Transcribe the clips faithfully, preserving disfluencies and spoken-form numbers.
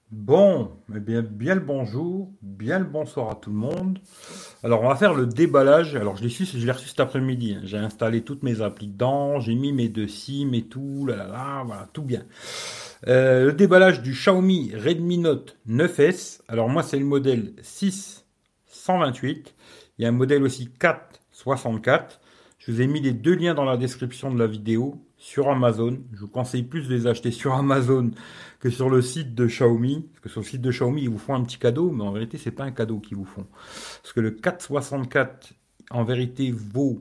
Bon, eh bien, bien le bonjour, bien le bonsoir à tout le monde. Alors, on va faire le déballage. Alors, je l'ai su, je l'ai reçu cet après-midi, hein. J'ai installé toutes mes applis dedans, j'ai mis mes deux SIM et tout, là, là, là, voilà, tout bien. Euh, le déballage du Xiaomi Redmi Note neuf S. Alors, moi, c'est le modèle six cent vingt-huit. Il y a un modèle aussi quatre soixante-quatre. Je vous ai mis les deux liens dans la description de la vidéo sur Amazon. Je vous conseille plus de les acheter sur Amazon que sur le site de Xiaomi. Parce que sur le site de Xiaomi, ils vous font un petit cadeau, mais en vérité, c'est pas un cadeau qu'ils vous font. Parce que le quatre soixante-quatre, en vérité, vaut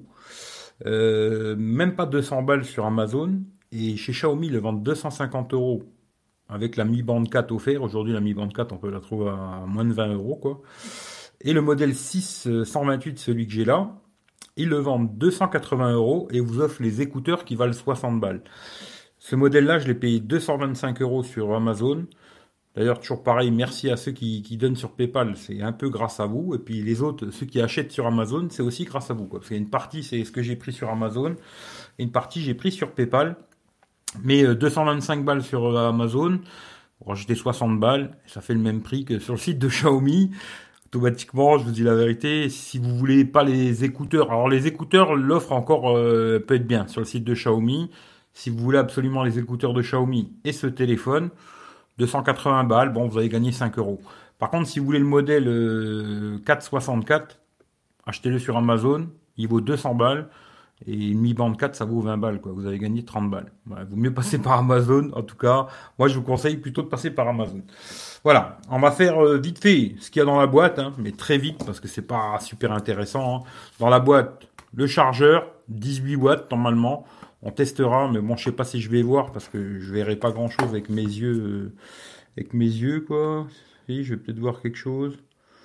euh, même pas deux cents balles sur Amazon. Et chez Xiaomi, ils le vendent deux cent cinquante euros avec la Mi Band quatre offert. Aujourd'hui, la Mi Band quatre, on peut la trouver à moins de vingt euros, quoi. Et le modèle six cent vingt-huit, celui que j'ai là, ils le vendent deux cent quatre-vingts euros et vous offrent les écouteurs qui valent soixante balles. Ce modèle-là, je l'ai payé deux cent vingt-cinq euros sur Amazon. D'ailleurs, toujours pareil, merci à ceux qui, qui donnent sur PayPal, c'est un peu grâce à vous. Et puis les autres, ceux qui achètent sur Amazon, c'est aussi grâce à vous, quoi. Parce qu'il y a une partie, c'est ce que j'ai pris sur Amazon, et une partie, j'ai pris sur PayPal. Mais euh, deux cent vingt-cinq balles sur euh, Amazon, pour rajouter soixante balles, ça fait le même prix que sur le site de Xiaomi. Automatiquement, je vous dis la vérité, si vous voulez pas les écouteurs, alors les écouteurs, l'offre encore euh, peut être bien sur le site de Xiaomi. Si vous voulez absolument les écouteurs de Xiaomi et ce téléphone, deux cent quatre-vingts balles, bon, vous allez gagner cinq euros. Par contre, si vous voulez le modèle euh, quatre soixante-quatre, achetez-le sur Amazon, il vaut deux cents balles. Et une Mi Band quatre, ça vaut vingt balles, quoi. Vous avez gagné trente balles. Voilà, vaut mieux passer par Amazon. En tout cas, moi, je vous conseille plutôt de passer par Amazon. Voilà. On va faire euh, vite fait ce qu'il y a dans la boîte, hein, mais très vite parce que c'est pas super intéressant, hein. Dans la boîte, le chargeur, dix-huit watts, normalement. On testera, mais bon, je sais pas si je vais voir parce que je verrai pas grand chose avec mes yeux, euh, avec mes yeux, quoi. Si, je vais peut-être voir quelque chose.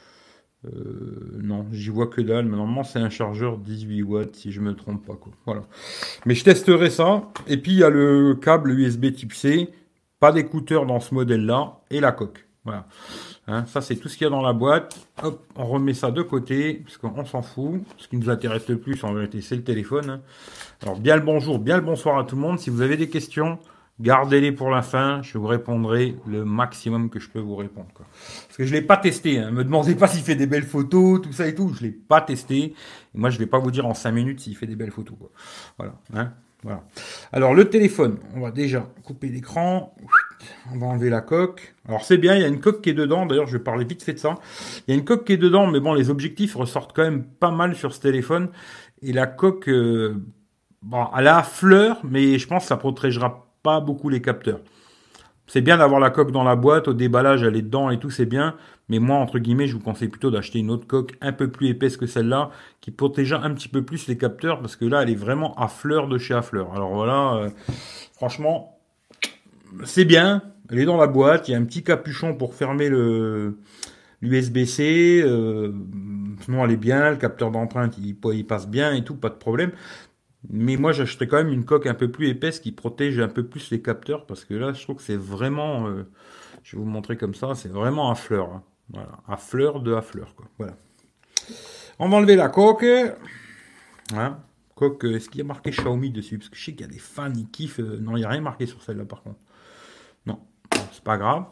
Euh, non, j'y vois que dalle, mais normalement c'est un chargeur dix-huit watts si je me trompe pas, quoi. Voilà. Mais je testerai ça. Et puis il y a le câble U S B type C, pas d'écouteur dans ce modèle-là, et la coque. Voilà. Hein, ça c'est tout ce qu'il y a dans la boîte. Hop, on remet ça de côté, parce qu'on s'en fout. Ce qui nous intéresse le plus en vérité c'est le téléphone, hein. Alors bien le bonjour, bien le bonsoir à tout le monde. Si vous avez des questions, gardez-les pour la fin, je vous répondrai le maximum que je peux vous répondre, quoi. Parce que je l'ai pas testé, hein. Me demandez pas s'il fait des belles photos, tout ça et tout. Je l'ai pas testé. Et moi, je vais pas vous dire en cinq minutes s'il fait des belles photos, quoi. Voilà, hein. Voilà. Alors, le téléphone, on va déjà couper l'écran. On va enlever la coque. Alors, c'est bien, il y a une coque qui est dedans. D'ailleurs, je vais parler vite fait de ça. Il y a une coque qui est dedans, mais bon, les objectifs ressortent quand même pas mal sur ce téléphone. Et la coque, euh, bon, elle a fleur, mais je pense que ça protégera pas beaucoup les capteurs. C'est bien d'avoir la coque dans la boîte, au déballage elle est dedans et tout, c'est bien. Mais moi, entre guillemets, je vous conseille plutôt d'acheter une autre coque un peu plus épaisse que celle-là, qui protégera un petit peu plus les capteurs, parce que là, elle est vraiment à fleur de chez à fleur. Alors voilà, euh, franchement, c'est bien. Elle est dans la boîte, il y a un petit capuchon pour fermer le l'U S B-C. Euh, sinon, elle est bien, le capteur d'empreinte, il, il passe bien et tout, pas de problème. Mais moi, j'achèterais quand même une coque un peu plus épaisse qui protège un peu plus les capteurs parce que là, je trouve que c'est vraiment, euh, je vais vous montrer comme ça, c'est vraiment à fleur, hein. Voilà, à fleur de à fleur, quoi. Voilà. On va enlever la coque. Hein. Coque, est-ce qu'il y a marqué Xiaomi dessus? Parce que je sais qu'il y a des fans, ils kiffent. euh, Non, il n'y a rien marqué sur celle-là, par contre. Non, bon, c'est pas grave.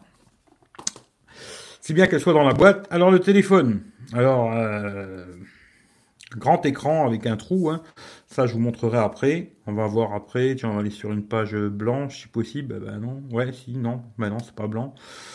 C'est bien qu'elle soit dans la boîte. Alors, le téléphone. Alors, euh, grand écran avec un trou, hein. Ça, je vous montrerai après. On va voir après. Tiens, on va aller sur une page blanche, si possible. Ben, ben non. Ouais, si, non. Ben non, c'est pas blanc.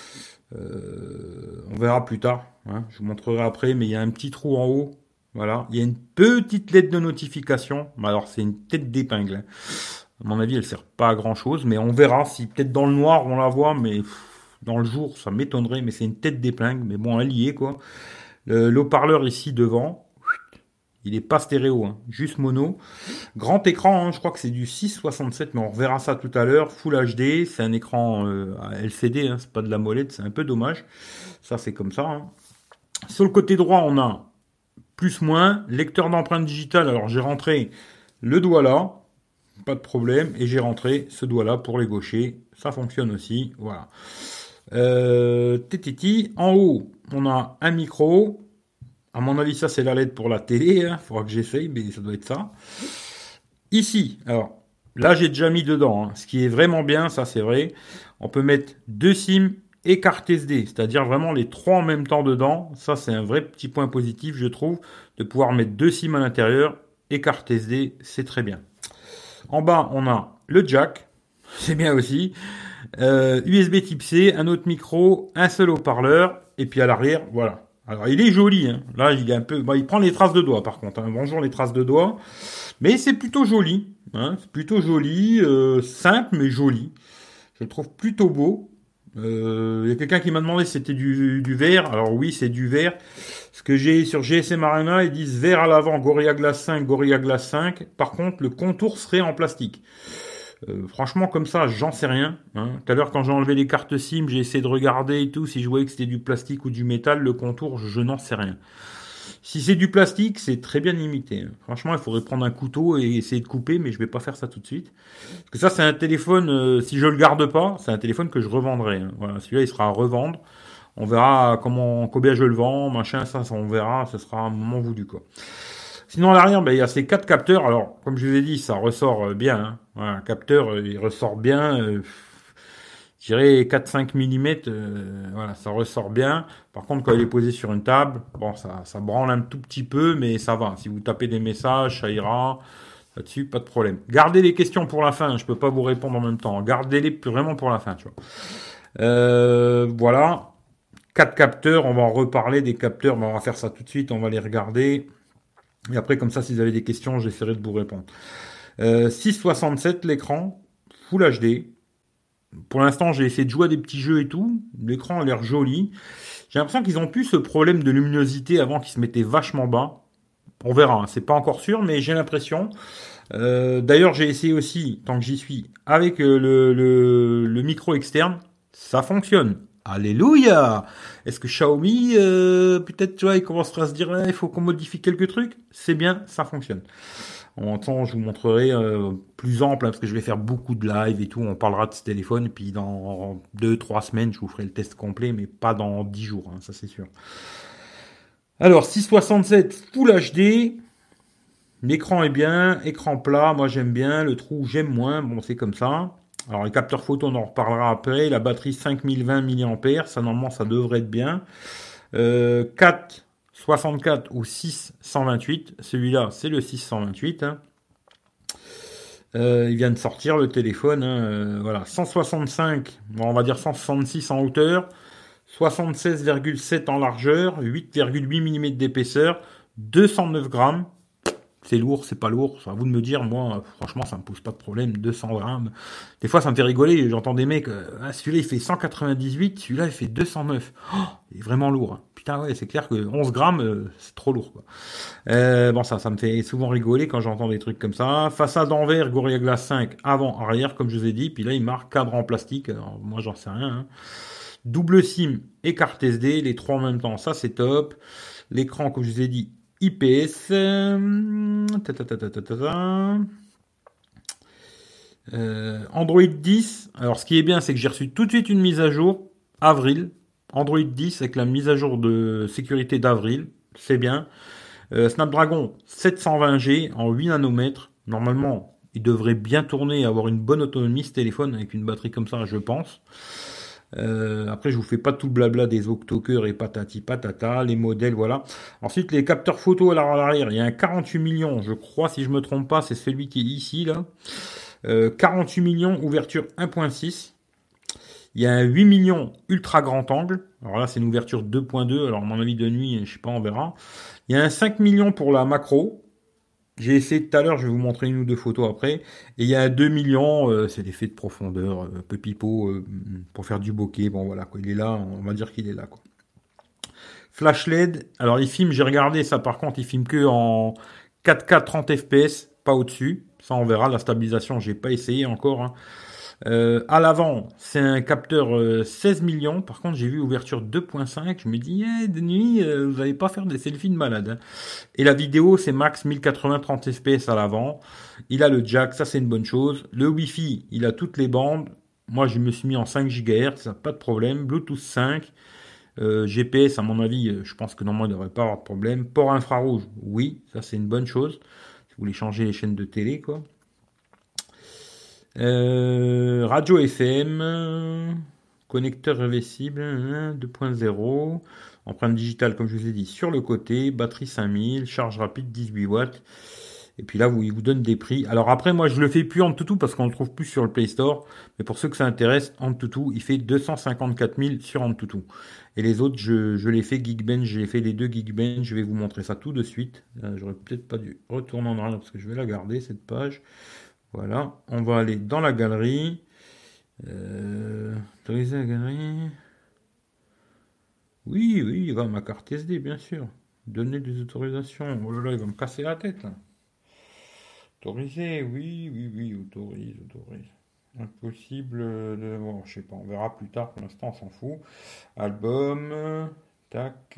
Euh, on verra plus tard, hein. Je vous montrerai après, mais il y a un petit trou en haut. Voilà. Il y a une petite lettre de notification. Alors, c'est une tête d'épingle, hein. À mon avis, elle sert pas à grand chose, mais on verra si peut-être dans le noir on la voit, mais pff, dans le jour, ça m'étonnerait, mais c'est une tête d'épingle. Mais bon, elle y est, quoi. Le, l'haut-parleur ici devant. Il est pas stéréo, hein, juste mono. Grand écran, hein, je crois que c'est du six soixante-sept, mais on reverra ça tout à l'heure. Full H D, c'est un écran euh, L C D, hein, c'est pas de la molette, c'est un peu dommage. Ça, c'est comme ça, hein. Sur le côté droit, on a plus-moins, lecteur d'empreintes digitales. Alors, j'ai rentré le doigt là, pas de problème, et j'ai rentré ce doigt là pour les gauchers. Ça fonctionne aussi, voilà. Euh, tititi, en haut, on a un micro. À mon avis, ça, c'est la L E D pour la télé, hein. Faudra que j'essaye, mais ça doit être ça. Ici, alors, là, j'ai déjà mis dedans, hein. Ce qui est vraiment bien, ça, c'est vrai. On peut mettre deux SIM et carte S D, c'est-à-dire vraiment les trois en même temps dedans. Ça, c'est un vrai petit point positif, je trouve, de pouvoir mettre deux SIM à l'intérieur et carte S D, c'est très bien. En bas, on a le jack, c'est bien aussi, euh, U S B type C, un autre micro, un seul haut-parleur, et puis à l'arrière, voilà. Alors, il est joli, hein. Là, il est un peu, bon, il prend les traces de doigts, par contre, hein. Bonjour les traces de doigts. Mais c'est plutôt joli, hein. C'est plutôt joli, euh, simple, mais joli. Je le trouve plutôt beau. Euh, il y a quelqu'un qui m'a demandé si c'était du, du verre. Alors oui, c'est du verre. Ce que j'ai sur G S M Arena, ils disent verre à l'avant, Gorilla Glass cinq, Gorilla Glass cinq. Par contre, le contour serait en plastique. Euh, franchement, comme ça, j'en sais rien. Hein. Tout à l'heure, quand j'ai enlevé les cartes SIM, j'ai essayé de regarder et tout. Si je voyais que c'était du plastique ou du métal, le contour, je n'en sais rien. Si c'est du plastique, c'est très bien limité. Franchement, il faudrait prendre un couteau et essayer de couper, mais je vais pas faire ça tout de suite. Parce que ça, c'est un téléphone, euh, si je le garde pas, c'est un téléphone que je revendrai. Hein. Voilà, celui-là, il sera à revendre. On verra comment, combien je le vends, machin, ça, ça on verra, ce sera un moment voulu, quoi. Sinon, à l'arrière, ben, il y a ces quatre capteurs. Alors, comme je vous ai dit, ça ressort bien. Hein. Voilà, un capteur, il ressort bien. Euh, je dirais quatre à cinq millimètres, euh, voilà, ça ressort bien. Par contre, quand il est posé sur une table, bon, ça, ça branle un tout petit peu, mais ça va. Si vous tapez des messages, ça ira. Là-dessus, pas de problème. Gardez les questions pour la fin. Je peux pas vous répondre en même temps. Gardez-les vraiment pour la fin, tu vois. Euh, voilà. Quatre capteurs. On va en reparler des capteurs. Mais on va faire ça tout de suite. On va les regarder. Et après, comme ça, si vous avez des questions, j'essaierai de vous répondre. Euh, six virgule soixante-sept l'écran. Full H D. Pour l'instant, j'ai essayé de jouer à des petits jeux et tout. L'écran a l'air joli. J'ai l'impression qu'ils ont plus ce problème de luminosité avant qui se mettait vachement bas. On verra, hein. C'est pas encore sûr, mais j'ai l'impression. Euh, d'ailleurs, j'ai essayé aussi, tant que j'y suis, avec euh, le, le, le micro externe. Ça fonctionne. Alléluia. Est-ce que Xiaomi, euh, peut-être, tu vois, il commencera à se dire, eh, il faut qu'on modifie quelques trucs. C'est bien, ça fonctionne. En même temps, je vous montrerai euh, plus ample, hein, parce que je vais faire beaucoup de live et tout. On parlera de ce téléphone, et puis dans deux, trois semaines, je vous ferai le test complet, mais pas dans dix jours, hein, ça c'est sûr. Alors, six virgule soixante-sept Full H D. L'écran est bien, écran plat, moi j'aime bien. Le trou, j'aime moins. Bon, c'est comme ça. Alors, les capteurs photo, on en reparlera après. La batterie, cinq mille vingt milliampères. Ça, normalement, ça devrait être bien. Euh, quatre soixante-quatre ou six cent vingt-huit. Celui-là, c'est le six cent vingt-huit. Hein. Euh, il vient de sortir le téléphone. Hein. Euh, voilà, cent soixante-cinq, bon, on va dire cent soixante-six en hauteur, soixante-seize virgule sept en largeur, huit virgule huit millimètres d'épaisseur, deux cent neuf grammes. C'est lourd, c'est pas lourd, c'est à vous de me dire. Moi, franchement, ça me pose pas de problème. deux cents grammes. Des fois, ça me fait rigoler. J'entends des mecs, euh, ah, celui-là, il fait cent quatre-vingt-dix-huit, celui-là, il fait deux cent neuf. Oh, il est vraiment lourd. Hein. Putain, ouais, c'est clair que onze grammes, euh, c'est trop lourd, quoi. Euh, bon, ça, ça me fait souvent rigoler quand j'entends des trucs comme ça. Façade en verre, Gorilla Glass cinq, avant, arrière, comme je vous ai dit. Puis là, il marque cadre en plastique. Alors, moi, j'en sais rien. Hein. Double SIM et carte S D, les trois en même temps, ça, c'est top. L'écran, comme je vous ai dit, I P S. Euh, ta, ta, ta, ta, ta, ta. Euh, Android dix. Alors, ce qui est bien, c'est que j'ai reçu tout de suite une mise à jour, avril. Android dix avec la mise à jour de sécurité d'avril. C'est bien. Euh, Snapdragon sept cent vingt G en huit nanomètres. Normalement, il devrait bien tourner et avoir une bonne autonomie, ce téléphone, avec une batterie comme ça, je pense. Euh, après, je vous fais pas tout le blabla des octocœurs et patati patata, les modèles, voilà. Ensuite, les capteurs photo à l'arrière, il y a un quarante-huit millions, je crois, si je me trompe pas, c'est celui qui est ici, là. Euh, quarante-huit millions, ouverture un virgule six. Il y a un huit millions ultra grand angle. Alors là, c'est une ouverture deux virgule deux. Alors, à mon avis, de nuit, je sais pas, on verra. Il y a un cinq millions pour la macro. J'ai essayé tout à l'heure, je vais vous montrer une ou deux photos après. Et il y a un deux millions, euh, c'est l'effet de profondeur, euh, peu pipeau, euh, pour faire du bokeh. Bon, voilà, quoi. Il est là, on va dire qu'il est là, quoi. Flash L E D. Alors, il filme, j'ai regardé ça, par contre, il filme que en quatre K trente F P S, pas au-dessus. Ça, on verra. La stabilisation, j'ai pas essayé encore, hein. Euh, à l'avant, c'est un capteur euh, seize millions. Par contre, j'ai vu ouverture deux virgule cinq. Je me dis, eh, de nuit, euh, vous n'allez pas faire des selfies de malade. Hein. Et la vidéo, c'est max mille quatre-vingts trente F P S à l'avant. Il a le jack, ça c'est une bonne chose. Le Wi-Fi, il a toutes les bandes. Moi, je me suis mis en cinq gigahertz, pas de problème. Bluetooth cinq. Euh, G P S, à mon avis, je pense que normalement, il ne devrait pas avoir de problème. Port infrarouge, oui, ça c'est une bonne chose. Si vous voulez changer les chaînes de télé, quoi. Euh, radio F M, connecteur réversible hein, deux point zéro, empreinte digitale comme je vous ai dit sur le côté, batterie cinq mille, charge rapide dix-huit watts. Et puis là, vous, il vous donne des prix. Alors après, moi, je le fais plus en tout parce qu'on le trouve plus sur le Play Store. Mais pour ceux que ça intéresse, Antutu, il fait deux cent cinquante-quatre mille sur Antutu. Et les autres, je, je les fais Geekbench. J'ai fait les deux Geekbench. Je vais vous montrer ça tout de suite. Euh, j'aurais peut-être pas dû retourner en arrière parce que je vais la garder, cette page. Voilà. On va aller dans la galerie. Euh, autoriser la galerie. Oui, oui, il va ma carte S D, bien sûr. Donner des autorisations. Oh là là, il va me casser la tête, là. Autorisé, oui, oui, oui, autorise, autorise. Impossible de... Bon, je sais pas, on verra plus tard, pour l'instant on s'en fout. Album, tac.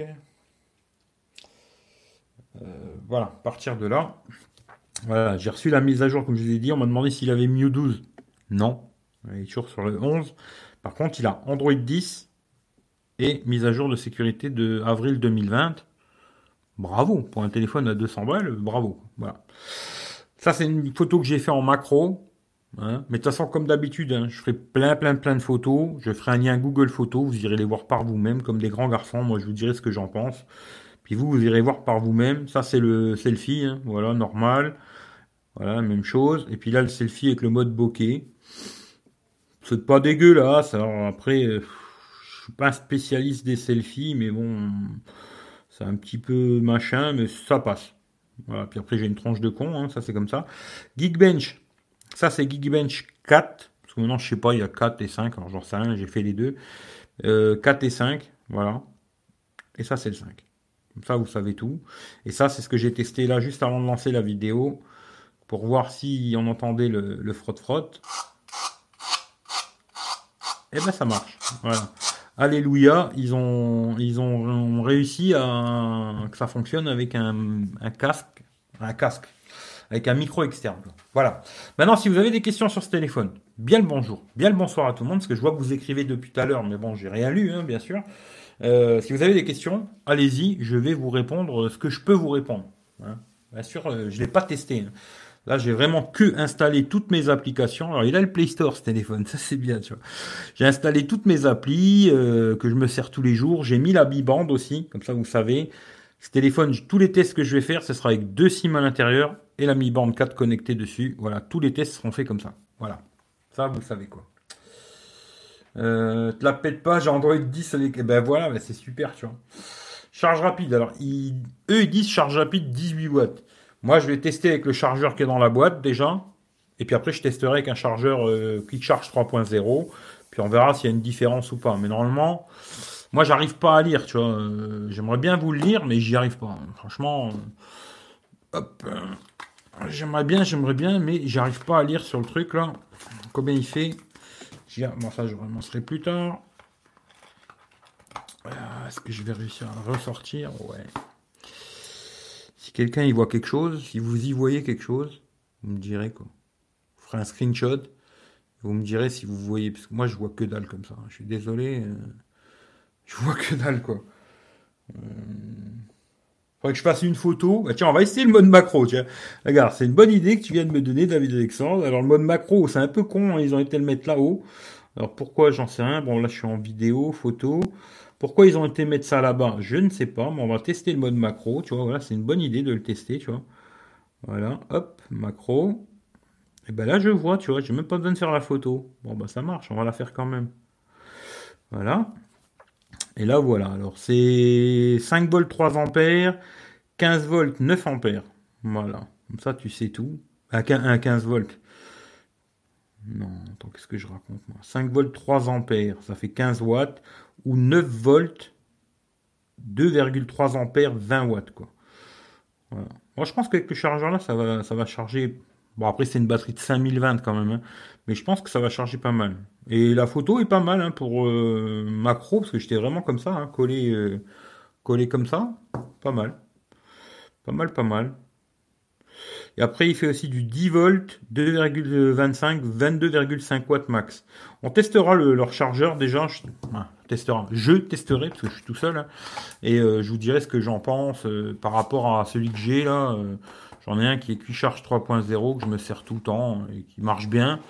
Euh, voilà, à partir de là. Voilà, j'ai reçu la mise à jour, comme je vous ai dit, on m'a demandé s'il avait Mew douze. Non, il est toujours sur le onze. Par contre, il a Android dix et mise à jour de sécurité de avril deux mille vingt. Bravo, pour un téléphone à deux cents balles, bravo. Voilà. Ça, c'est une photo que j'ai fait en macro. Hein. Mais de toute façon, comme d'habitude, hein, je ferai plein, plein, plein de photos. Je ferai un lien Google Photos. Vous irez les voir par vous-même, comme des grands garçons. Moi, je vous dirai ce que j'en pense. Puis vous, vous irez voir par vous-même. Ça, c'est le selfie. Hein. Voilà, normal. Voilà, même chose. Et puis là, le selfie avec le mode bokeh. C'est pas dégueulasse. Alors après, euh, je suis pas un spécialiste des selfies, mais bon, c'est un petit peu machin, mais ça passe. Voilà, puis après j'ai une tranche de con, hein, ça c'est comme ça. Geekbench, ça c'est Geekbench quatre, parce que maintenant je sais pas, il y a quatre et cinq, alors j'en sais rien, j'ai fait les deux. Euh, quatre et cinq, voilà. Et ça c'est le cinq. Comme ça vous savez tout. Et ça c'est ce que j'ai testé là juste avant de lancer la vidéo, pour voir si on entendait le, le frotte-frotte. Et ben ça marche, voilà. Alléluia, ils ont, ils ont réussi à que ça fonctionne avec un, un casque, un casque, avec un micro externe. Voilà. Maintenant, si vous avez des questions sur ce téléphone, bien le bonjour, bien le bonsoir à tout le monde, parce que je vois que vous écrivez depuis tout à l'heure, mais bon, j'ai rien lu, hein, bien sûr. Euh, si vous avez des questions, allez-y, je vais vous répondre ce que je peux vous répondre. Hein. Bien sûr, euh, je l'ai pas testé. Hein. Là, j'ai vraiment que installé toutes mes applications. Alors, il a le Play Store, ce téléphone. Ça, c'est bien, tu vois. J'ai installé toutes mes applis euh, que je me sers tous les jours. J'ai mis la bibande aussi. Comme ça, vous savez. Ce téléphone, tous les tests que je vais faire, ce sera avec deux SIM à l'intérieur et la Mi Band quatre connectée dessus. Voilà, tous les tests seront faits comme ça. Voilà. Ça, vous savez quoi. Euh, te la pète pas, j'ai Android dix. Avec... Ben voilà, ben c'est super, tu vois. Charge rapide. Alors, ils... eux, ils disent charge rapide dix-huit watts. Moi, je vais tester avec le chargeur qui est dans la boîte déjà. Et puis après, je testerai avec un chargeur euh, Quick Charge trois point zéro. Puis on verra s'il y a une différence ou pas. Mais normalement, moi, j'arrive pas à lire, tu vois. Euh, j'aimerais bien vous le lire, mais j'y arrive pas. Franchement, euh, hop. Euh, j'aimerais bien, j'aimerais bien, mais j'arrive pas à lire sur le truc là. Combien il fait? Bon, ça, je remonterai plus tard. Euh, Est-ce que je vais réussir à le ressortir? Ouais. Si quelqu'un y voit quelque chose, si vous y voyez quelque chose, vous me direz quoi. Vous ferez un screenshot, vous me direz si vous voyez, parce que moi je vois que dalle comme ça. Je suis désolé, euh, je vois que dalle quoi. Euh... Faudrait que je fasse une photo. Bah, tiens, on va essayer le mode macro. Tiens, regarde, c'est une bonne idée que tu viens de me donner, David Alexandre. Alors le mode macro, c'est un peu con, hein, ils ont été le mettre là-haut. Alors pourquoi, j'en sais rien. Bon là, je suis en vidéo, photo. Pourquoi ils ont été mettre ça là-bas? Je ne sais pas, mais on va tester le mode macro, tu vois, voilà, c'est une bonne idée de le tester, tu vois. Voilà, hop, macro. Et ben là, je vois, tu vois, j'ai même pas besoin de faire la photo. Bon, bah ça marche, on va la faire quand même. Voilà. Et là, voilà, alors c'est cinq volts trois ampères, quinze volts neuf ampères. Voilà, comme ça, tu sais tout. À quinze volts. Non, attends, qu'est-ce que je raconte, moi? cinq volts trois ampères, ça fait quinze watts. Ou neuf volts, deux virgule trois ampères, vingt watts, quoi. Voilà. Moi, je pense qu'avec le chargeur là, ça va, ça va charger. Bon, après, c'est une batterie de cinq mille vingt quand même, hein. Mais je pense que ça va charger pas mal. Et la photo est pas mal, hein, pour euh, macro, parce que j'étais vraiment comme ça, hein, collé, euh, collé comme ça. Pas mal. Pas mal, pas mal. Et après, il fait aussi du dix volts, deux virgule vingt-cinq, vingt-deux virgule cinq watts max. On testera le, leur chargeur déjà. Je, enfin, testera. je testerai, parce que je suis tout seul. Hein, et euh, je vous dirai ce que j'en pense euh, par rapport à celui que j'ai là. Euh, j'en ai un qui est Quick Charge trois point zéro, que je me sers tout le temps et qui marche bien.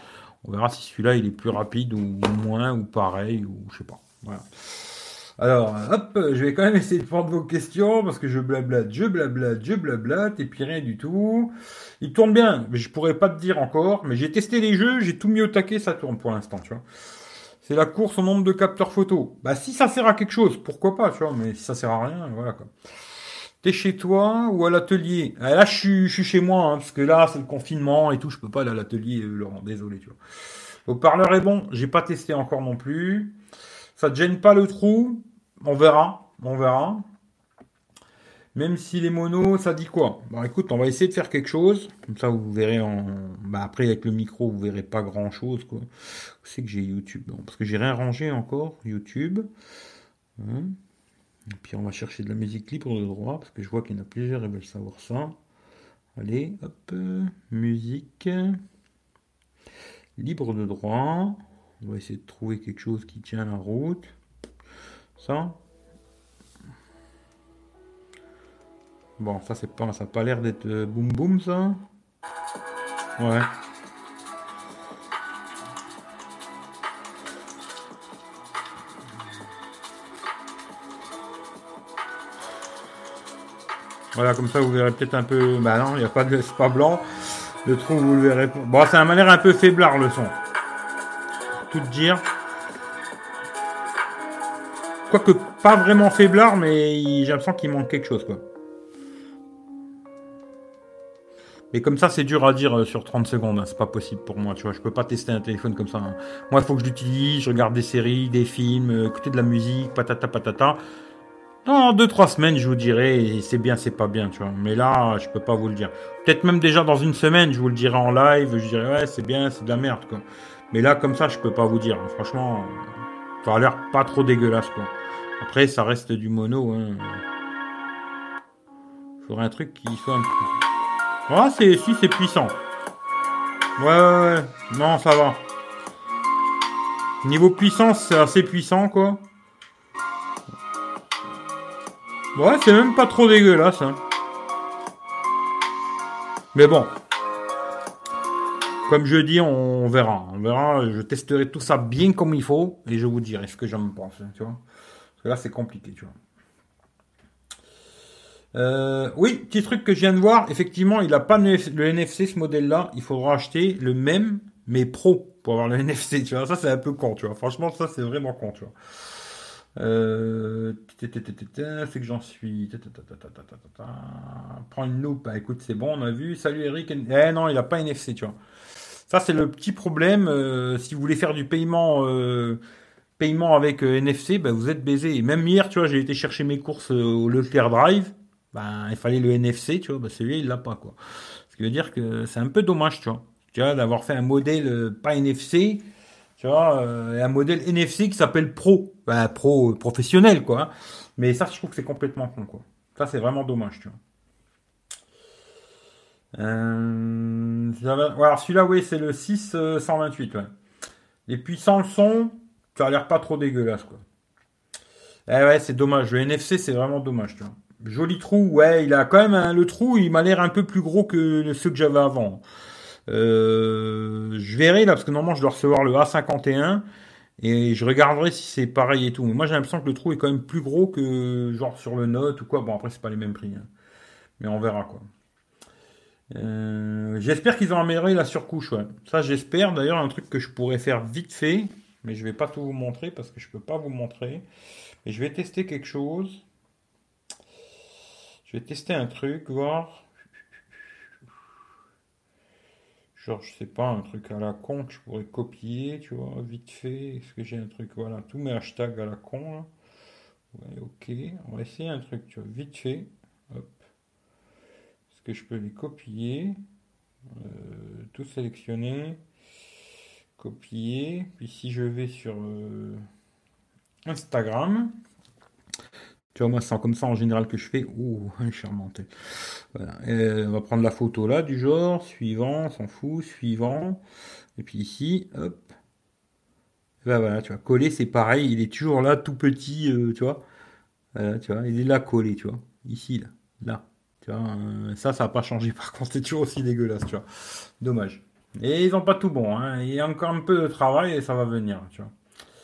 On verra si celui-là il est plus rapide ou moins ou pareil ou je sais pas. Voilà. Alors, hop, je vais quand même essayer de prendre vos questions parce que je blablate, je blablate, je blablate et puis rien du tout. Il tourne bien, mais je pourrais pas te dire encore. Mais j'ai testé les jeux, j'ai tout mis au taquet, ça tourne pour l'instant, tu vois. C'est la course au nombre de capteurs photo. Bah si ça sert à quelque chose, pourquoi pas, tu vois. Mais si ça sert à rien, voilà quoi. T'es chez toi ou à l'atelier? Ah, là, je suis, je suis chez moi, hein, parce que là, c'est le confinement et tout. Je peux pas aller à l'atelier, euh, Laurent. Désolé, tu vois. Le parleur est bon. J'ai pas testé encore non plus. Ça te gêne pas le trou? On verra. On verra. Même si les monos, ça dit quoi? Bon, écoute, on va essayer de faire quelque chose. Comme ça, vous verrez en. Bah, après, avec le micro, vous verrez pas grand chose, quoi. C'est que j'ai YouTube. Bon, parce que j'ai rien rangé encore. YouTube. Hein. Et puis on va chercher de la musique libre de droit, parce que je vois qu'il y en a plusieurs, ils veulent savoir ça. Allez, hop, euh, musique libre de droit. On va essayer de trouver quelque chose qui tient la route. Ça. Bon, ça c'est pas, ça a pas l'air d'être euh, boum boum ça. Ouais. Voilà, comme ça vous verrez peut-être un peu. Bah non, il n'y a pas de. C'est pas blanc. Le trou, vous le verrez. Bon, c'est un manière un peu faiblard le son. Tout te dire. Quoique pas vraiment faiblard, mais j'ai l'impression qu'il manque quelque chose, quoi. Mais comme ça, c'est dur à dire sur trente secondes. Hein. C'est pas possible pour moi, tu vois. Je peux pas tester un téléphone comme ça. Hein. Moi, il faut que je l'utilise. Je regarde des séries, des films, écouter de la musique, patata patata. Dans deux trois semaines, je vous dirai, c'est bien, c'est pas bien, tu vois. Mais là, je peux pas vous le dire. Peut-être même déjà dans une semaine, je vous le dirai en live, je dirai, ouais, c'est bien, c'est de la merde, quoi. Mais là, comme ça, je peux pas vous dire. Franchement, ça a l'air pas trop dégueulasse, quoi. Après, ça reste du mono, hein. Faudrait un truc qui soit un peu... Ah, c'est, si, c'est puissant. Ouais, ouais, ouais. Non, ça va. Niveau puissance, c'est assez puissant, quoi. Ouais, c'est même pas trop dégueulasse. Hein. Mais bon. Comme je dis, on verra. On verra. Je testerai tout ça bien comme il faut. Et je vous dirai ce que j'en pense. Tu vois. Parce que là, c'est compliqué, tu vois. Euh, oui, petit truc que je viens de voir. Effectivement, il n'a pas le N F C, ce modèle-là. Il faudra acheter le même, mais pro, pour avoir le N F C. Tu vois. Ça, c'est un peu con, tu vois. Franchement, ça, c'est vraiment con, tu vois. Euh, c'est que j'en suis. Prends une loupe. Ah, écoute, c'est bon, on a vu. Salut Eric. Eh non, il a pas N F C, tu vois. Ça, c'est le petit problème. Euh, si vous voulez faire du paiement, euh, paiement avec euh, N F C, ben, vous êtes baisé. Et même hier, tu vois, j'ai été chercher mes courses euh, au Leclerc Drive. Ben, il fallait le N F C, tu vois. Ben, celui-là, il l'a pas, quoi. Ce qui veut dire que c'est un peu dommage, tu vois. Tu vois, d'avoir fait un modèle euh, pas N F C. Tu vois, euh, un modèle N F C qui s'appelle Pro. Ben, Pro euh, professionnel, quoi. Hein. Mais ça, je trouve que c'est complètement con, quoi. Ça, c'est vraiment dommage, tu vois. Euh, alors, celui-là, oui, c'est le six cent vingt-huit, ouais. Et puis, sans le son, ça a l'air pas trop dégueulasse, quoi. Eh ouais, c'est dommage. Le N F C, c'est vraiment dommage, tu vois. Joli trou, ouais, il a quand même un, le trou, il m'a l'air un peu plus gros que ceux que j'avais avant. Euh, je verrai là, parce que normalement je dois recevoir le A cinquante et un et je regarderai si c'est pareil et tout. Mais moi j'ai l'impression que le trou est quand même plus gros que genre sur le Note ou quoi. Bon, après c'est pas les mêmes prix, hein. Mais on verra quoi. Euh, j'espère qu'ils ont amélioré la surcouche, ouais. Ça j'espère. D'ailleurs, un truc que je pourrais faire vite fait, mais je vais pas tout vous montrer parce que je peux pas vous montrer. Mais je vais tester quelque chose. Je vais tester un truc, voir. Genre, je sais pas, un truc à la con que je pourrais copier, tu vois, vite fait. Est-ce que j'ai un truc, voilà, tous mes hashtags à la con, là. Ouais, ok. On va essayer un truc, tu vois, vite fait. Hop. Est-ce que je peux les copier? Euh, tout sélectionner. Copier. Puis si je vais sur euh, Instagram, tu vois, moi, c'est comme ça en général que je fais. Ouh, charmante. Voilà. Et on va prendre la photo là, du genre, suivant, on s'en fout, suivant. Et puis ici, hop. Ben voilà, tu vois, coller, c'est pareil, il est toujours là, tout petit, euh, tu vois. Voilà, tu vois, il est là collé, tu vois. Ici, là, là. Tu vois, euh, ça, ça n'a pas changé. Par contre, c'est toujours aussi dégueulasse, tu vois. Dommage. Et ils n'ont pas tout bon, hein. Il y a encore un peu de travail et ça va venir, tu vois.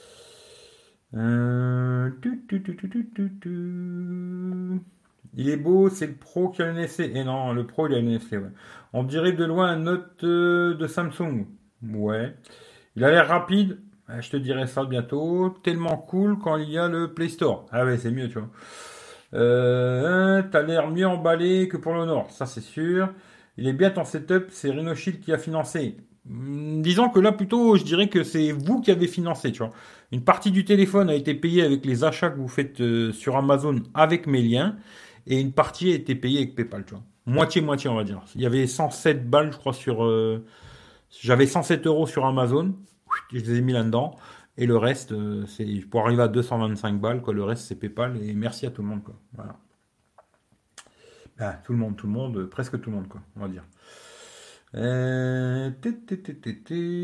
Euh, tu, tu, tu, tu, tu, tu, tu. Il est beau, c'est le Pro qui a le N F C. Et non, le Pro il a le N F C, ouais. On dirait de loin un Note euh, de Samsung. Ouais. Il a l'air rapide. Ouais, je te dirai ça bientôt. Tellement cool quand il y a le Play Store. Ah ouais, c'est mieux, tu vois. Euh, t'as l'air mieux emballé que pour le Nord, ça c'est sûr. Il est bien ton setup, c'est Rhinoshield qui a financé. Hmm, disons que là plutôt, je dirais que c'est vous qui avez financé, tu vois. Une partie du téléphone a été payée avec les achats que vous faites euh, sur Amazon avec mes liens, et une partie a été payée avec PayPal, tu vois. Moitié-moitié, on va dire. Il y avait cent sept balles, je crois, sur... euh, j'avais cent sept euros sur Amazon, je les ai mis là-dedans. Et le reste, euh, c'est pour arriver à deux cent vingt-cinq balles, quoi. Le reste, c'est PayPal. Et merci à tout le monde, quoi. Voilà. Ah, tout le monde, tout le monde, euh, presque tout le monde, quoi, on va dire. Euh, té, té, té, té,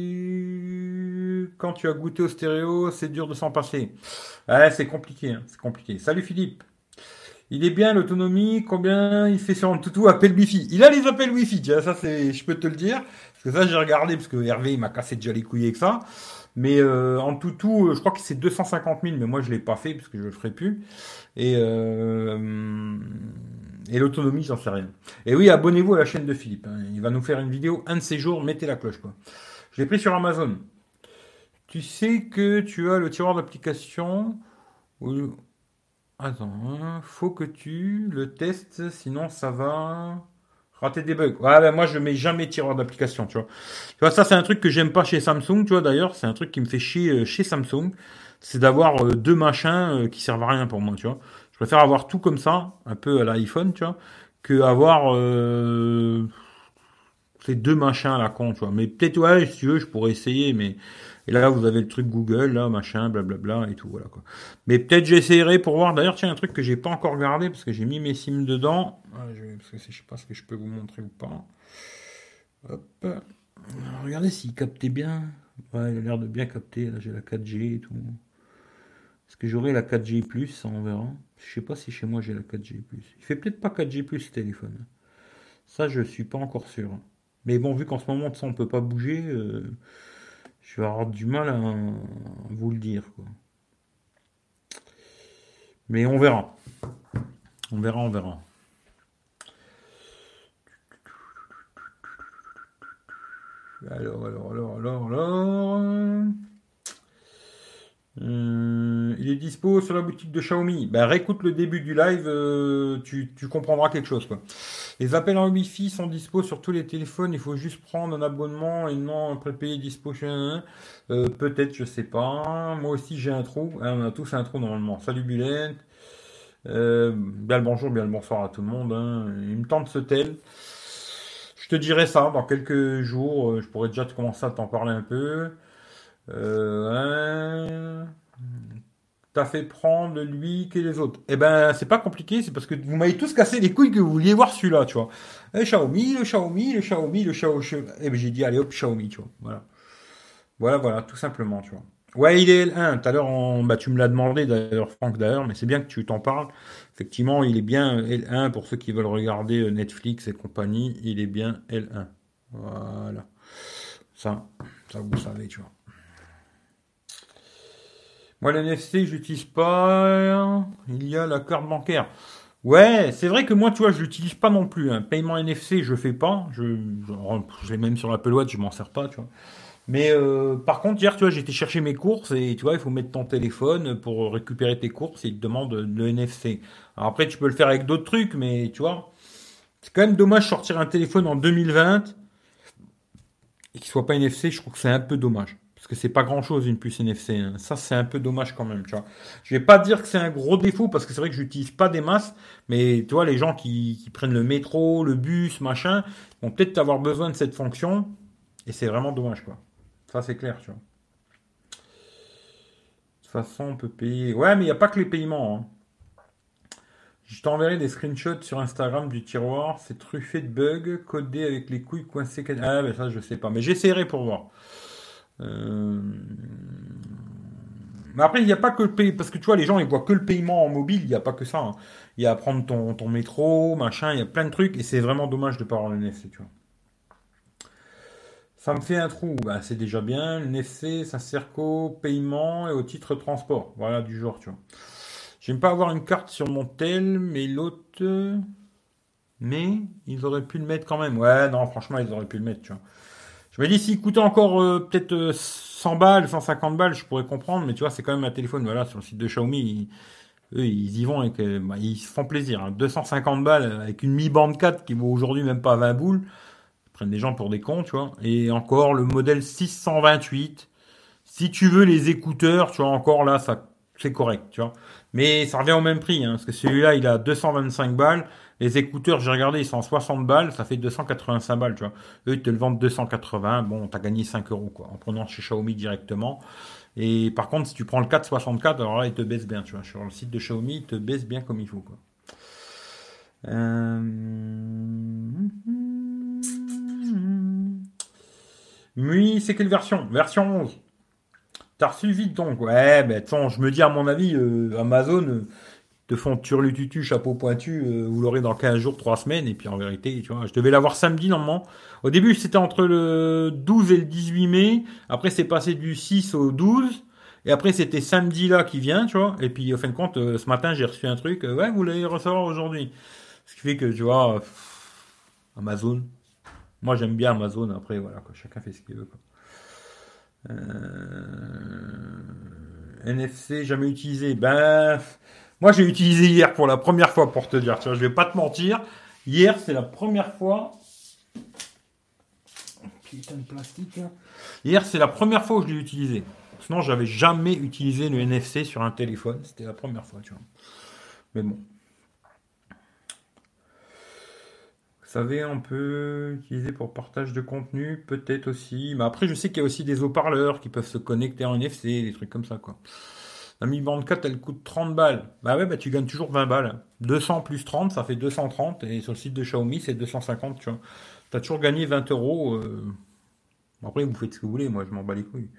té. Quand tu as goûté au stéréo, c'est dur de s'en passer. Ouais, c'est compliqué, hein, c'est compliqué. Salut Philippe. Il est bien l'autonomie, combien il fait sur un toutou appel Wi-Fi? Il a les appels Wi-Fi, tiens, ça c'est, je peux te le dire. Parce que ça j'ai regardé, parce que Hervé il m'a cassé déjà les couilles avec ça. Mais euh, en toutou, euh, je crois que c'est deux cent cinquante mille, mais moi je l'ai pas fait parce que je le ferai plus. Et, euh, et l'autonomie, j'en sais rien. Et oui, abonnez-vous à la chaîne de Philippe, hein. Il va nous faire une vidéo un de ces jours, mettez la cloche, quoi. Je l'ai pris sur Amazon. Tu sais que tu as le tiroir d'application. où- Attends, hein, faut que tu le testes, sinon ça va rater des bugs. Ouais, ben moi je mets jamais tiroir d'application, tu vois. Tu vois, ça c'est un truc que j'aime pas chez Samsung, tu vois. D'ailleurs, c'est un truc qui me fait chier euh, chez Samsung, c'est d'avoir euh, deux machins euh, qui servent à rien pour moi, tu vois. Je préfère avoir tout comme ça, un peu à l'iPhone, tu vois, que avoir euh, ces deux machins à la con, tu vois. Mais peut-être ouais, si tu veux, je pourrais essayer, mais et là vous avez le truc Google, là, machin, blablabla et tout, voilà quoi. Mais peut-être j'essayerai pour voir. D'ailleurs, tiens, un truc que j'ai pas encore regardé parce que j'ai mis mes SIM dedans. Ah, je, parce que je sais pas ce que je peux vous montrer ou pas. Hop. Alors, regardez s'il captait bien. Ouais, il a l'air de bien capter. Là, j'ai la quatre G et tout. Est-ce que j'aurai la quatre G plus, ça on verra. Je sais pas si chez moi j'ai la quatre G plus. Il fait peut-être pas quatre G plus ce téléphone. Ça, je suis pas encore sûr. Mais bon, vu qu'en ce moment, ça, on peut pas bouger, euh, je vais avoir du mal à, à vous le dire, quoi. Mais on verra. On verra, on verra. Alors, alors, alors, alors, alors. Euh, il est dispo sur la boutique de Xiaomi. Ben, réécoute le début du live, euh, tu, tu comprendras quelque chose, quoi. Les appels en Wi-Fi sont dispo sur tous les téléphones. Il faut juste prendre un abonnement et non un prépayé dispo chez un. Euh, peut-être, je sais pas. Moi aussi, j'ai un trou. Hein, on a tous un trou normalement. Salut Bulette. Euh, bien le bonjour, bien le bonsoir à tout le monde, hein. Il me tente ce tel. Je te dirai ça dans quelques jours. euh, Je pourrais déjà te commencer à t'en parler un peu. Euh, hein. T'as fait prendre lui que les autres. Eh ben, c'est pas compliqué, c'est parce que vous m'avez tous cassé les couilles que vous vouliez voir celui-là, tu vois. Le Xiaomi, le Xiaomi, le Xiaomi, le Xiaomi. Eh ben, j'ai dit, allez hop, Xiaomi, tu vois. Voilà. Voilà, voilà, tout simplement, tu vois. Ouais, il est L un. Tout à l'heure, on- bah, tu me l'as demandé d'ailleurs, Franck, d'ailleurs, mais c'est bien que tu t'en parles. Effectivement, il est bien L un pour ceux qui veulent regarder euh, Netflix et compagnie. Il est bien L un. Voilà. Ça, ça vous savez, tu vois. Moi, l'N F C, je l'utilise pas. Il y a la carte bancaire. Ouais, c'est vrai que moi, tu vois, je l'utilise pas non plus, hein. Paiement N F C, je fais pas. Je, je, je l'ai même sur l'Apple Watch, je m'en sers pas, tu vois. Mais euh, par contre, hier, tu vois, j'étais chercher mes courses et tu vois, il faut mettre ton téléphone pour récupérer tes courses et il te demande le N F C. Alors après, tu peux le faire avec d'autres trucs, mais tu vois, c'est quand même dommage de sortir un téléphone en deux mille vingt et qu'il soit pas N F C. Je trouve que c'est un peu dommage. Parce que c'est pas grand chose une puce N F C, hein. Ça, c'est un peu dommage quand même, tu vois. Je vais pas dire que c'est un gros défaut parce que c'est vrai que j'utilise pas des masses, mais tu vois, les gens qui, qui prennent le métro, le bus, machin, vont peut-être avoir besoin de cette fonction et c'est vraiment dommage, quoi. Ça, c'est clair, tu vois. De toute façon, on peut payer. Ouais, mais il n'y a pas que les paiements, hein. Je t'enverrai des screenshots sur Instagram du tiroir. C'est truffé de bugs, codé avec les couilles coincées. Ah, mais ça, je sais pas. Mais j'essaierai pour voir. Euh, Mais après, il n'y a pas que le paiement. Parce que tu vois, les gens, ils voient que le paiement en mobile. Il n'y a pas que ça, hein. Il y a à prendre ton, ton métro, machin. Il y a plein de trucs. Et c'est vraiment dommage de ne pas avoir le N F C, tu vois. Ça me fait un trou. Bah, c'est déjà bien. Le N F C, ça sert qu'au paiement et au titre transport. Voilà, du genre, tu vois. J'aime pas avoir une carte sur mon tel, mais l'autre. euh, Mais ils auraient pu le mettre quand même. Ouais, non, franchement, ils auraient pu le mettre, tu vois. Je me dis, s'il coûtait encore euh, peut-être euh, cent balles, cent cinquante balles, je pourrais comprendre, mais tu vois, c'est quand même un téléphone. Voilà, sur le site de Xiaomi, ils- eux, ils y vont et que, bah, ils se font plaisir. Hein. deux cent cinquante balles avec une Mi Band quatre qui vaut aujourd'hui même pas vingt boules. Ils prennent des gens pour des cons, tu vois. Et encore le modèle six cent vingt-huit. Si tu veux les écouteurs, tu vois, encore là, ça, c'est correct, tu vois. Mais ça revient au même prix, hein, parce que celui-là, il a deux cent vingt-cinq balles. Les écouteurs, j'ai regardé, ils sont à soixante balles, ça fait deux cent quatre-vingt-cinq balles, tu vois. Eux, ils te le vendent deux cent quatre-vingts, bon, t'as gagné cinq euros, quoi, en prenant chez Xiaomi directement. Et par contre, si tu prends le quatre cent soixante-quatre, alors là, ils te baissent bien, tu vois. Sur le site de Xiaomi, ils te baissent bien comme il faut, quoi. Euh... Oui, c'est quelle version? Version onze. T'as reçu vite donc. Ouais, ben attends, je me dis à mon avis, euh, Amazon euh, te font turlututu, chapeau pointu, euh, vous l'aurez dans quinze jours, trois semaines, et puis en vérité, tu vois, je devais l'avoir samedi normalement. Au début, c'était entre le douze et le dix-huit mai, après c'est passé du six au douze, et après c'était samedi là qui vient, tu vois, et puis au fin de compte, euh, ce matin j'ai reçu un truc, euh, ouais, vous l'allez recevoir aujourd'hui. Ce qui fait que, tu vois, euh, pff, Amazon, moi j'aime bien Amazon, après voilà, quoi, chacun fait ce qu'il veut, quoi. Euh, N F C, jamais utilisé. Ben, moi j'ai utilisé hier pour la première fois pour te dire. Tu vois, je vais pas te mentir. Hier, c'est la première fois. Putain de plastique. Là. Hier, c'est la première fois où je l'ai utilisé. Sinon, j'avais jamais utilisé le N F C sur un téléphone. C'était la première fois, tu vois. Mais bon. Vous savez, on peut utiliser pour partage de contenu, peut-être aussi. Mais après, je sais qu'il y a aussi des haut-parleurs qui peuvent se connecter en N F C, des trucs comme ça, quoi. La Mi Band quatre, elle coûte trente balles. Bah ouais, bah tu gagnes toujours vingt balles. deux cents plus trente, ça fait deux cent trente. Et sur le site de Xiaomi, c'est deux cent cinquante, tu vois. T'as toujours gagné vingt euros. euh. Après, vous faites ce que vous voulez, moi, je m'en bats les couilles.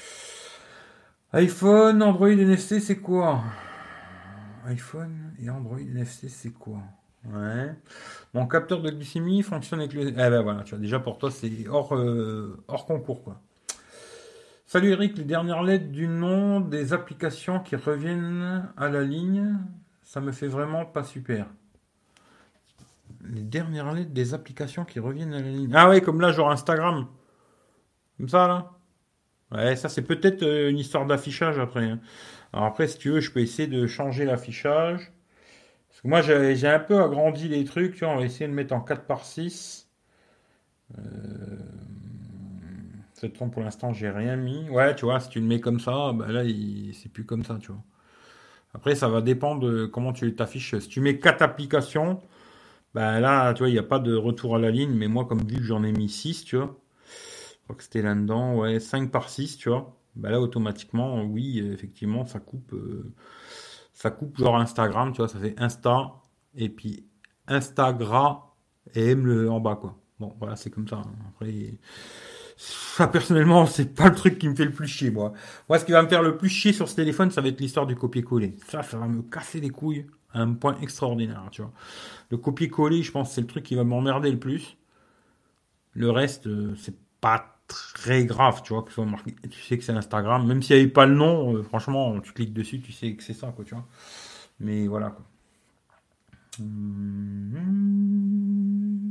iPhone, Android, N F C, c'est quoi? iPhone et Android N F C, c'est quoi? Ouais. Mon capteur de glycémie fonctionne avec le... Eh ben voilà, tu vois, déjà pour toi, c'est hors, euh, hors concours, quoi. Salut Eric, les dernières lettres du nom des applications qui reviennent à la ligne, ça me fait vraiment pas super. Les dernières lettres des applications qui reviennent à la ligne. Ah ouais, comme là, genre Instagram. Comme ça, là. Ouais, ça, c'est peut-être euh, une histoire d'affichage après. Hein. Alors après, si tu veux, je peux essayer de changer l'affichage. Parce que moi, j'ai j'ai un peu agrandi les trucs. Tu vois, on va essayer de mettre en quatre par six. Euh... Cette forme, pour l'instant, j'ai rien mis. Ouais, tu vois, si tu le mets comme ça, bah là, il... c'est plus comme ça, tu vois. Après, ça va dépendre de comment tu t'affiches. Si tu mets quatre applications, bah là, tu vois, il n'y a pas de retour à la ligne. Mais moi, comme vu que j'en ai mis six, tu vois, je crois que c'était là-dedans, ouais, cinq par six, tu vois. Bah là, automatiquement, oui, effectivement, ça coupe, euh, ça coupe genre Instagram, tu vois, ça fait Insta, et puis Instagram, et M le en bas, quoi. Bon, voilà, c'est comme ça. Hein. Après, ça, personnellement, c'est pas le truc qui me fait le plus chier, moi. Moi, ce qui va me faire le plus chier sur ce téléphone, ça va être l'histoire du copier-coller. Ça, ça va me casser les couilles à un point extraordinaire, tu vois. Le copier-coller, je pense, c'est le truc qui va m'emmerder le plus. Le reste, euh, c'est pas très grave, tu vois, que ce soit marqué. Tu sais que c'est Instagram, même s'il n'y avait pas le nom, euh, franchement, tu cliques dessus, tu sais que c'est ça, quoi, tu vois. Mais voilà, quoi. Hum,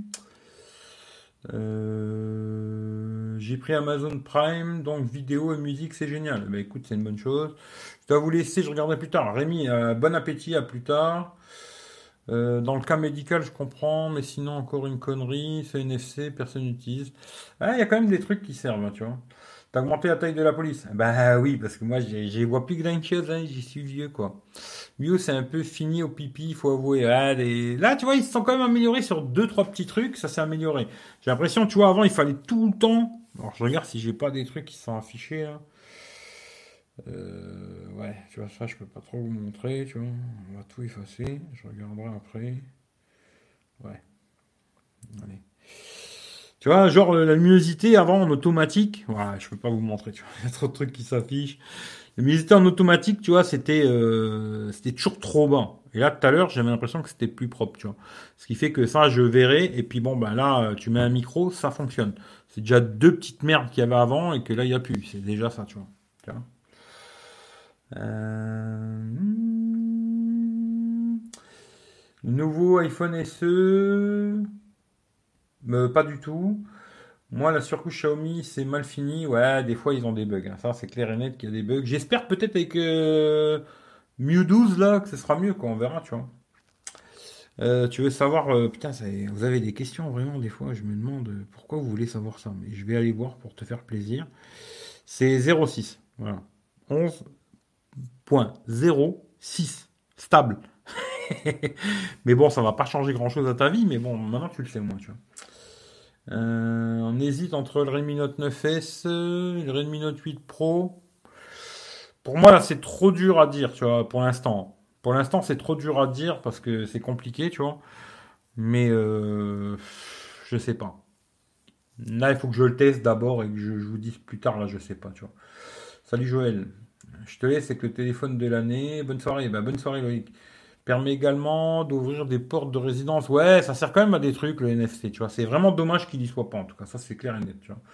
Euh, j'ai pris Amazon Prime, donc vidéo et musique, c'est génial. Bah écoute, c'est une bonne chose. Je dois vous laisser, je regarderai plus tard. Rémi, euh, bon appétit, à plus tard. Euh, dans le cas médical, je comprends, mais sinon, encore une connerie, c'est N F C, personne n'utilise. Ah, il y a quand même des trucs qui servent, hein, tu vois. T'as augmenté la taille de la police? Bah oui, parce que moi, j'ai j'ai vois plus grand chose, hein, j'y suis vieux, quoi. Mio, c'est un peu fini au pipi, il faut avouer. Ah, les- Là, tu vois, ils se sont quand même améliorés sur deux, trois petits trucs, ça s'est amélioré. J'ai l'impression, tu vois, avant, il fallait tout le temps. Alors, je regarde si j'ai pas des trucs qui sont affichés, là. Euh, ouais, tu vois, ça, je peux pas trop vous montrer, tu vois. On va tout effacer, je regarderai après. Ouais, allez. Tu vois, genre, euh, la luminosité avant en automatique, voilà, je peux pas vous montrer, tu vois. Il y a trop de trucs qui s'affichent. Mais ils étaient en automatique, tu vois, c'était euh, c'était toujours trop bas. Et là, tout à l'heure, j'avais l'impression que c'était plus propre, tu vois. Ce qui fait que ça, je verrai. Et puis bon, ben là, tu mets un micro, ça fonctionne. C'est déjà deux petites merdes qu'il y avait avant et que là, il n'y a plus. C'est déjà ça, tu vois. Tu vois. Euh... Nouveau iPhone S E, euh, pas du tout. Moi, la surcouche Xiaomi, c'est mal fini. Ouais, des fois, ils ont des bugs, hein. Ça, c'est clair et net qu'il y a des bugs. J'espère peut-être avec euh, M I U douze, là, que ce sera mieux, quoi. On verra, tu vois. Euh, tu veux savoir... euh, putain, ça- vous avez des questions, vraiment, des fois. Je me demande euh, pourquoi vous voulez savoir ça. Mais je vais aller voir pour te faire plaisir. C'est zéro six. Voilà. onze point zéro six. Stable. Mais bon, ça va pas changer grand-chose à ta vie. Mais bon, maintenant, tu le sais, moi, tu vois. Euh, on hésite entre le Redmi Note neuf S et le Redmi Note huit Pro. Pour moi, là, c'est trop dur à dire, tu vois, pour l'instant. Pour l'instant, c'est trop dur à dire parce que c'est compliqué, tu vois. Mais euh, je sais pas. Là, il faut que je le teste d'abord et que je, je vous dise plus tard, là, je sais pas, tu vois. Salut Joël. Je te laisse avec le téléphone de l'année. Bonne soirée. Bah, bonne soirée, Loïc. Permet également d'ouvrir des portes de résidence. Ouais, ça sert quand même à des trucs, le N F C, tu vois. C'est vraiment dommage qu'il y soit pas, en tout cas. Ça, c'est clair et net, tu vois.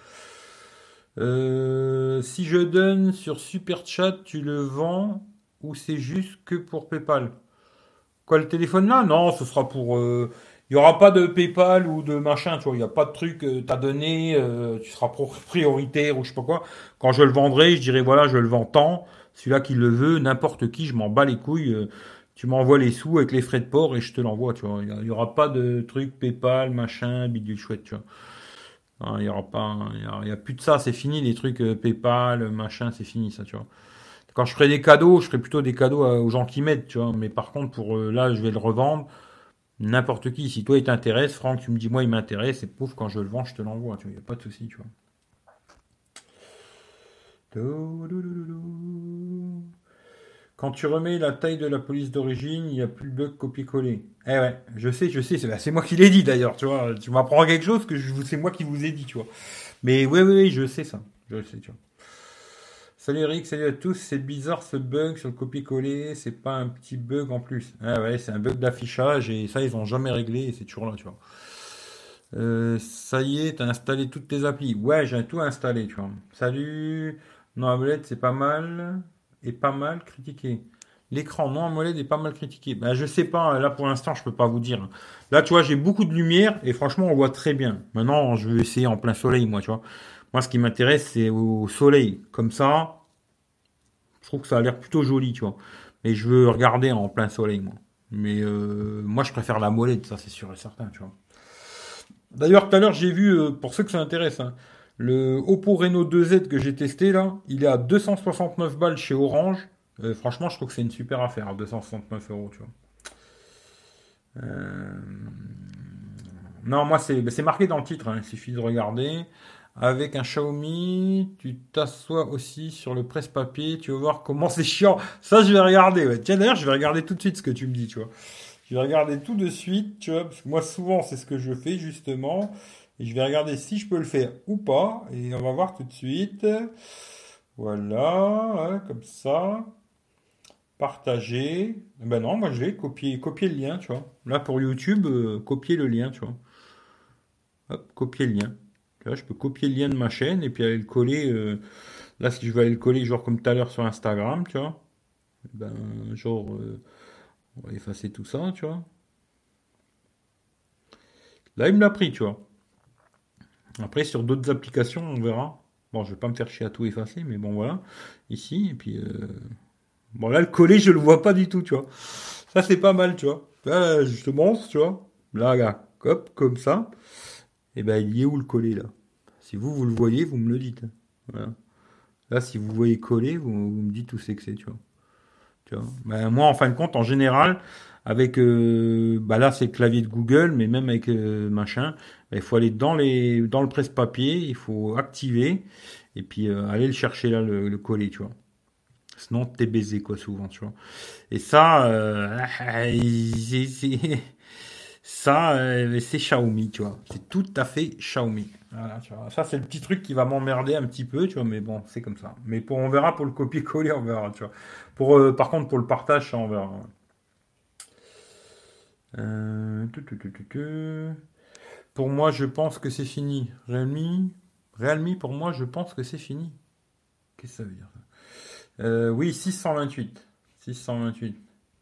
Euh, si je donne sur Super Chat, tu le vends ou c'est juste que pour PayPal? Quoi, le téléphone là? Non, ce sera pour. euh, Il n'y aura pas de PayPal ou de machin, tu vois. Il n'y a pas de truc, euh, t'as donné, euh, tu seras pro- prioritaire ou je sais pas quoi. Quand je le vendrai, je dirai voilà, je le vends tant. Celui-là qui le veut, n'importe qui, je m'en bats les couilles. euh, tu m'envoies les sous avec les frais de port et je te l'envoie, tu vois. Il n'y aura pas de truc PayPal, machin, bidule chouette, tu vois. Hein, il y aura pas, il y a, il y a plus de ça, c'est fini, les trucs euh, PayPal, machin, c'est fini, ça, tu vois. Quand je ferai des cadeaux, je ferai plutôt des cadeaux à- aux gens qui m'aident, tu vois. Mais par contre, pour euh, là, je vais le revendre. N'importe qui, si toi il t'intéresse, Franck, tu me dis moi il m'intéresse, et pouf, quand je le vends, je te l'envoie, tu vois, il n'y a pas de souci, tu vois. Quand tu remets la taille de la police d'origine, il n'y a plus le bug copier-coller. Eh ouais, je sais, je sais, c'est bah, c'est moi qui l'ai dit d'ailleurs, tu vois. Tu m'apprends quelque chose que je, vous- c'est moi qui vous ai dit, tu vois. Mais oui, oui, oui, je sais ça. Je le sais, tu vois. Salut Eric, salut à tous. C'est bizarre ce bug sur le copier-coller. C'est pas un petit bug en plus. Ah ouais, c'est un bug d'affichage et ça, ils ont jamais réglé et c'est toujours là, tu vois. Euh, ça y est, t'as installé toutes tes applis. Ouais, j'ai tout installé, tu vois. Salut. Non AMOLED, c'est pas mal. Et pas mal critiqué. L'écran non AMOLED est pas mal critiqué. Ben, je sais pas, là pour l'instant, je peux pas vous dire. Là, tu vois, j'ai beaucoup de lumière et franchement, on voit très bien. Maintenant, je vais essayer en plein soleil, moi, tu vois. Moi, ce qui m'intéresse, c'est au soleil. Comme ça, je trouve que ça a l'air plutôt joli, tu vois. Mais je veux regarder en plein soleil, moi. Mais euh, moi, je préfère la AMOLED, ça, c'est sûr et certain, tu vois. D'ailleurs, tout à l'heure, j'ai vu, euh, pour ceux que ça intéresse, hein, le Oppo Reno deux Z que j'ai testé là, il est à deux cent soixante-neuf balles chez Orange. Euh, franchement, je trouve que c'est une super affaire, à deux cent soixante-neuf euros, tu vois. Euh, Non, moi, c'est ben, c'est marqué dans le titre, hein, il suffit de regarder. Avec un Xiaomi, tu t'assois aussi sur le presse-papier, tu vas voir comment c'est chiant. Ça, je vais regarder. Ouais. Tiens, d'ailleurs, je vais regarder tout de suite ce que tu me dis, tu vois. Je vais regarder tout de suite, tu vois, parce que moi, souvent, c'est ce que je fais, justement. Et je vais regarder si je peux le faire ou pas. Et on va voir tout de suite. Voilà, hein, comme ça. Partager. Eh ben non, moi, je vais copier, copier le lien, tu vois. Là, pour YouTube, euh, copier le lien, tu vois. Hop, copier le lien. Tu vois, je peux copier le lien de ma chaîne et puis aller le coller. euh, Là, si je veux aller le coller, genre comme tout à l'heure sur Instagram, tu vois. Ben, genre, euh, on va effacer tout ça, tu vois. Là, il me l'a pris, tu vois. Après, sur d'autres applications, on verra. Bon, je vais pas me faire chier à tout effacer, mais bon, voilà. Ici, et puis... euh, bon, là, le coller, je le vois pas du tout, tu vois. Ça, c'est pas mal, tu vois. Là, je te montre, tu vois. Là, là, hop, comme ça. Et ben, il y est où le coller, là? Si vous, vous le voyez, vous me le dites. Voilà. Là, si vous voyez coller, vous, vous me dites où c'est que c'est, tu vois. Tu vois. Ben, moi, en fin de compte, en général, avec, euh, bah là, c'est le clavier de Google, mais même avec euh, machin, ben, il faut aller dans les, dans le presse-papier, il faut activer, et puis euh, aller le chercher là, le, le coller, tu vois. Sinon, t'es baisé, quoi, souvent, tu vois. Et ça, euh, c'est c'est- Ça, euh, c'est Xiaomi, tu vois. C'est tout à fait Xiaomi. Voilà, tu vois. Ça, c'est le petit truc qui va m'emmerder un petit peu, tu vois. Mais bon, c'est comme ça. Mais pour, on verra pour le copier-coller, on verra, tu vois. Pour, euh, par contre, pour le partage, ça, on verra. Euh, tu, tu, tu, tu, tu. Pour moi, je pense que c'est fini. Realme, Realme, pour moi, je pense que c'est fini. Qu'est-ce que ça veut dire ça euh, Oui, six cent vingt-huit. six cent vingt-huit.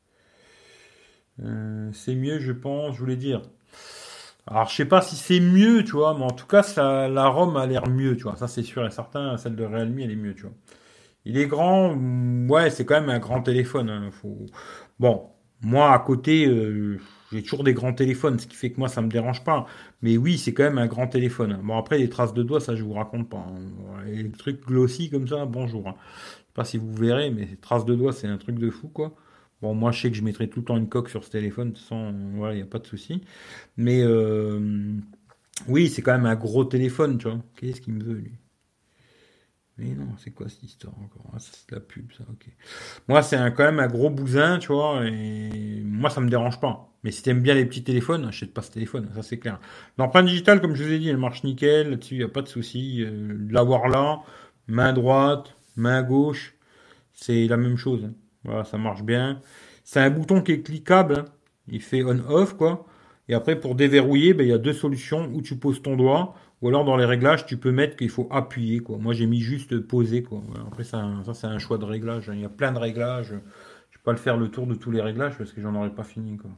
Euh, c'est mieux, je pense, je voulais dire. Alors, je sais pas si c'est mieux, tu vois, mais en tout cas, ça, la ROM a l'air mieux, tu vois. Ça, c'est sûr et certain. Celle de Realme, elle est mieux, tu vois. Il est grand, mm, ouais, c'est quand même un grand téléphone, hein, faut... Bon, moi, à côté, euh, j'ai toujours des grands téléphones, ce qui fait que moi, ça me dérange pas. Mais oui, c'est quand même un grand téléphone. Bon, après, les traces de doigts, ça, je vous raconte pas, hein. Et les trucs glossy comme ça, bonjour, hein. Je sais pas si vous verrez, mais les traces de doigts, c'est un truc de fou, quoi. Bon, moi, je sais que je mettrai tout le temps une coque sur ce téléphone, de toute façon, voilà, il n'y a pas de souci. Mais euh, oui, c'est quand même un gros téléphone, tu vois. Qu'est-ce qu'il me veut, lui? Mais non, c'est quoi cette histoire encore? Ah, ça, c'est de la pub, ça, ok. Moi, c'est un- quand même un gros bousin, tu vois, et moi, ça me dérange pas. Mais si t'aimes bien les petits téléphones, achète pas ce téléphone, ça c'est clair. L'empreinte digitale, comme je vous ai dit, elle marche nickel, là-dessus, il n'y a pas de souci. Euh, de l'avoir là, main droite, main gauche, c'est la même chose, hein. Voilà, ça marche bien. C'est un bouton qui est cliquable, hein. Il fait on-off, quoi. Et après, pour déverrouiller, ben, il y a deux solutions où tu poses ton doigt, ou alors dans les réglages, tu peux mettre qu'il faut appuyer, quoi. Moi, j'ai mis juste poser, quoi. Voilà. Après, ça, ça c'est un choix de réglage, hein. Il y a plein de réglages. Je vais pas le faire le tour de tous les réglages parce que j'en aurais pas fini, quoi.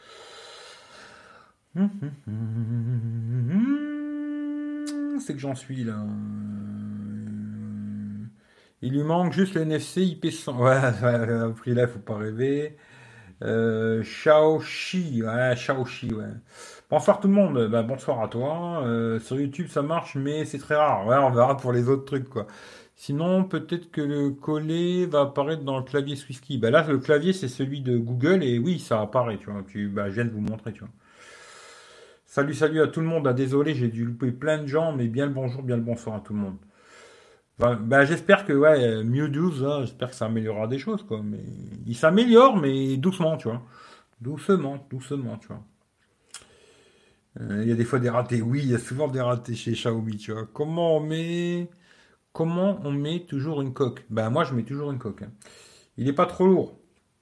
C'est que j'en suis là. Il lui manque juste le N F C I P cent. Ouais, à prix là, faut pas rêver. Euh, Shaoxi, ouais, Shaoxi, ouais. Bonsoir tout le monde, bah, bonsoir à toi. Euh, sur YouTube ça marche, mais c'est très rare. Ouais, on verra pour les autres trucs, quoi. Sinon, peut-être que le collet va apparaître dans le clavier SwiftKey. Bah là, le clavier, c'est celui de Google, et oui, ça apparaît, tu vois. Tu, bah, je viens de vous montrer, tu vois. Salut, salut à tout le monde. Ah, désolé, j'ai dû louper plein de gens, mais bien le bonjour, bien le bonsoir à tout le monde. Bah, bah, j'espère que ouais, euh, Mew douze, là, j'espère que ça améliorera des choses, quoi. Mais il s'améliore, mais doucement, tu vois. Doucement, doucement, tu vois. Euh, Il y a des fois des ratés. Oui, il y a souvent des ratés chez Xiaomi, tu vois. Comment on met, comment on met toujours une coque? Ben moi, je mets toujours une coque, hein. Il est pas trop lourd.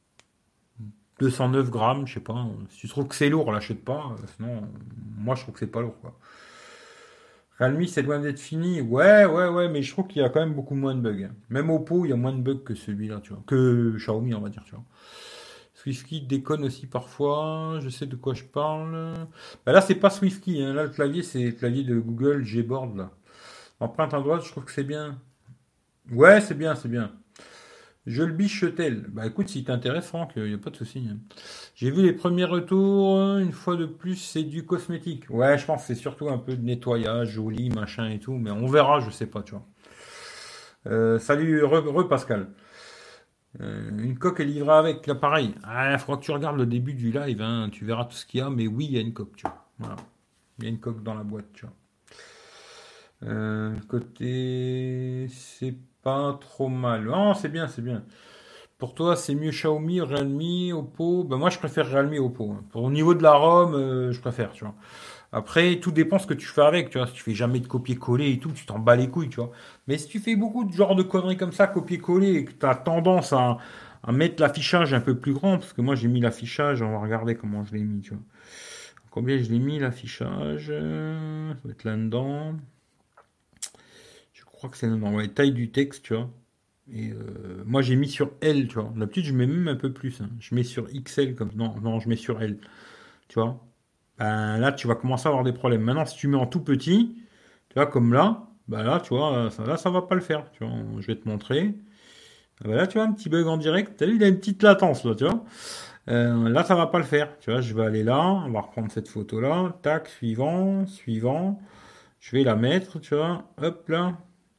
deux cent neuf grammes, je sais pas. Si tu trouves que c'est lourd, l'achète pas. Euh, Sinon, moi, je trouve que c'est pas lourd, quoi. Realme, c'est loin d'être fini. Ouais, ouais, ouais, mais je trouve qu'il y a quand même beaucoup moins de bugs, hein. Même Oppo, il y a moins de bugs que celui-là, tu vois. Que Xiaomi, on va dire, tu vois. SwiftKey déconne aussi parfois. Je sais de quoi je parle. Bah là, c'est pas SwiftKey, hein. Là, le clavier, c'est le clavier de Google Gboard, là. Empreinte à droite, je trouve que c'est bien. Ouais, c'est bien, c'est bien. Je le biche-t-elle. Bah écoute, si t'intéresse, Franck, il n'y a pas de souci, hein. J'ai vu les premiers retours. Une fois de plus, c'est du cosmétique. Ouais, je pense que c'est surtout un peu de nettoyage, joli, machin et tout. Mais on verra, je sais pas, tu vois. Euh, salut, re, re, Pascal. Euh, une coque est livrée avec l'appareil. Ah, il faudra que tu regardes le début du live, hein, tu verras tout ce qu'il y a, mais oui, il y a une coque, tu vois. Voilà. Il y a une coque dans la boîte, tu vois. Euh, côté, c'est pas trop mal. Oh, c'est bien, c'est bien. Pour toi, c'est mieux Xiaomi, Realme, Oppo. Ben moi, je préfère Realme, Oppo, hein. Pour au niveau de la ROM, euh, je préfère, tu vois. Après, tout dépend ce que tu fais avec, tu vois. Si tu fais jamais de copier-coller et tout, tu t'en bats les couilles, tu vois. Mais si tu fais beaucoup de genre de conneries comme ça, copier-coller, et que tu as tendance à, à mettre l'affichage un peu plus grand, parce que moi j'ai mis l'affichage, on va regarder comment je l'ai mis, tu vois. Combien je l'ai mis l'affichage? euh, Ça va être là-dedans. Je crois que c'est là-dedans. Ouais, taille du texte, tu vois. Et euh, moi j'ai mis sur L, tu vois. D'habitude je mets même un peu plus, hein. Je mets sur X L comme. Non, non, je mets sur L, tu vois. Ben, là, tu vas commencer à avoir des problèmes. Maintenant, si tu mets en tout petit, tu vois, comme là, ben là, tu vois, ça, là, ça va pas le faire. Tu vois, je vais te montrer. Ah ben là, tu vois, un petit bug en direct. T'as vu, il a une petite latence, là, tu vois. Euh, là, ça va pas le faire. Tu vois, je vais aller là, on va reprendre cette photo-là. Tac, suivant, suivant. Je vais la mettre, tu vois. Hop, là.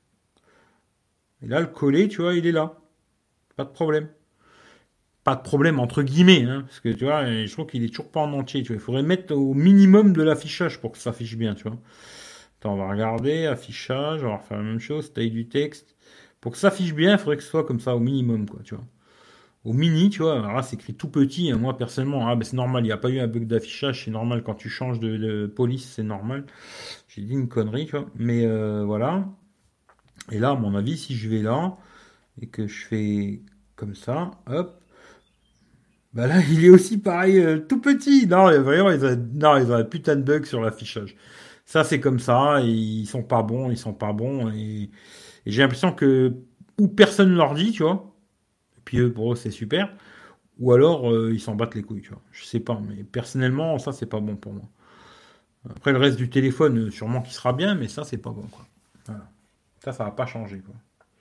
Et là, le coller, tu vois, il est là. Pas de problème. Pas de problème, entre guillemets, hein, parce que, tu vois, je trouve qu'il est toujours pas en entier, tu vois. Il faudrait mettre au minimum de l'affichage pour que ça affiche bien, tu vois. Attends, on va regarder, affichage, on va refaire la même chose, taille du texte. Pour que ça affiche bien, il faudrait que ce soit comme ça au minimum, quoi, tu vois. au mini, tu vois. Alors là, c'est écrit tout petit. Hein. Moi, personnellement, ah, ben, c'est normal. Il n'y a pas eu un bug d'affichage. C'est normal quand tu changes de, de police, c'est normal. J'ai dit une connerie, tu vois. Mais euh, voilà. Et là, à mon avis, si je vais là et que je fais comme ça, hop, bah là, il est aussi pareil, euh, tout petit. Non, vraiment, ils ont, non, ils ont un putain de bug sur l'affichage. Ça, c'est comme ça. Et ils sont pas bons, ils sont pas bons. Et, et j'ai l'impression que ou personne leur dit, tu vois. Et puis eux, pour eux, c'est super. Ou alors, euh, ils s'en battent les couilles, tu vois. Je sais pas, mais personnellement, ça, c'est pas bon pour moi. Après, le reste du téléphone, euh, sûrement qu'il sera bien, mais ça, c'est pas bon, quoi. Voilà. Ça, ça va pas changer, quoi.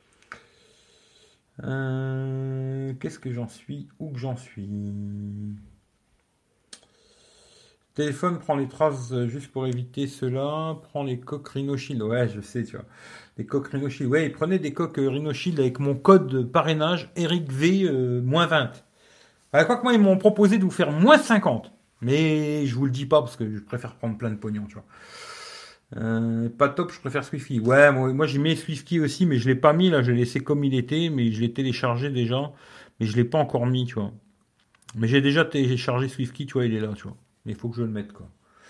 Euh, qu'est-ce que j'en suis? Où que j'en suis? Téléphone prend les traces euh, juste pour éviter cela. Prend les coques Rhino Shield. Ouais, je sais, tu vois. Les coques Rhino Shield. Ouais, prenez des coques euh, Rhino Shield avec mon code de parrainage Eric V euh, moins vingt. Ah, quoi que moi, ils m'ont proposé de vous faire moins cinquante. Mais je vous le dis pas parce que je préfère prendre plein de pognon, tu vois. Euh, pas top, je préfère Swifty. Ouais, moi, moi j'ai mis Swifty aussi, mais je l'ai pas mis là, je l'ai laissé comme il était, mais je l'ai téléchargé déjà, mais je l'ai pas encore mis, tu vois. Mais j'ai déjà téléchargé Swifty, tu vois, il est là, tu vois. Mais il faut que je le mette, quoi.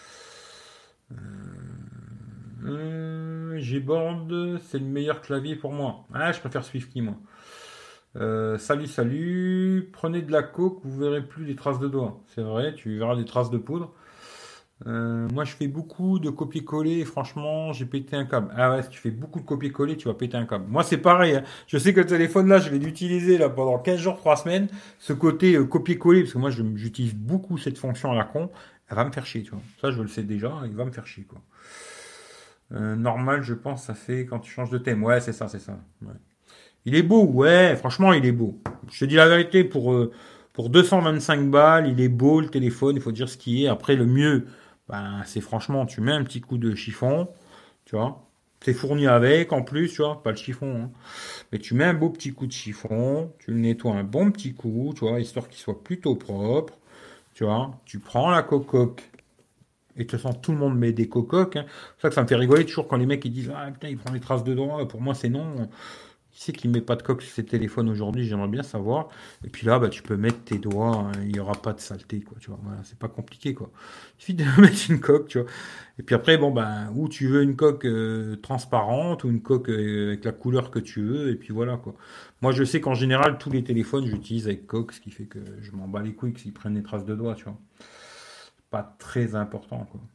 Euh, Gboard, c'est le meilleur clavier pour moi. Ah, je préfère Swifty, moi. Euh, salut, salut. Prenez de la coke, vous verrez plus les traces de doigts. C'est vrai, tu verras des traces de poudre. Euh, moi, je fais beaucoup de copier-coller et franchement, j'ai pété un câble. Ah ouais, si tu fais beaucoup de copier-coller, tu vas péter un câble. Moi, c'est pareil. Hein. Je sais que le téléphone, là, je vais l'utiliser là pendant quinze jours, trois semaines. Ce côté euh, copier-coller, parce que moi, je- j'utilise beaucoup cette fonction à la con, elle va me faire chier, tu vois. Ça, je le sais déjà, il va me faire chier, quoi. Euh, normal, je pense, ça fait quand tu changes de thème. Ouais, c'est ça, c'est ça. Ouais. Il est beau, ouais, franchement, il est beau. Je te dis la vérité, pour, euh, pour deux cent vingt-cinq balles, il est beau le téléphone, il faut dire ce qui est. Après, le mieux, ben, c'est franchement, tu mets un petit coup de chiffon, tu vois. C'est fourni avec, en plus, tu vois, pas le chiffon. Hein. Mais tu mets un beau petit coup de chiffon, tu le nettoies un bon petit coup, tu vois, histoire qu'il soit plutôt propre, tu vois. Tu prends la cocoque, et de toute façon, tout le monde met des cocoques. Hein. C'est pour ça que ça me fait rigoler toujours quand les mecs ils disent ah putain, il prend les traces de doigts. Pour moi, c'est non. Qui c'est qui met pas de coque sur ses téléphones aujourd'hui? J'aimerais bien savoir. Et puis là, bah, tu peux mettre tes doigts, hein, il n'y aura pas de saleté, quoi. Tu vois, voilà, c'est pas compliqué, quoi. Il suffit de mettre une coque, tu vois. Et puis après, bon, ben, ou tu veux une coque euh, transparente ou une coque euh, avec la couleur que tu veux, et puis voilà, quoi. Moi, je sais qu'en général, tous les téléphones, j'utilise avec coque, ce qui fait que je m'en bats les couilles s'ils prennent des traces de doigts, tu vois. Pas très important, quoi.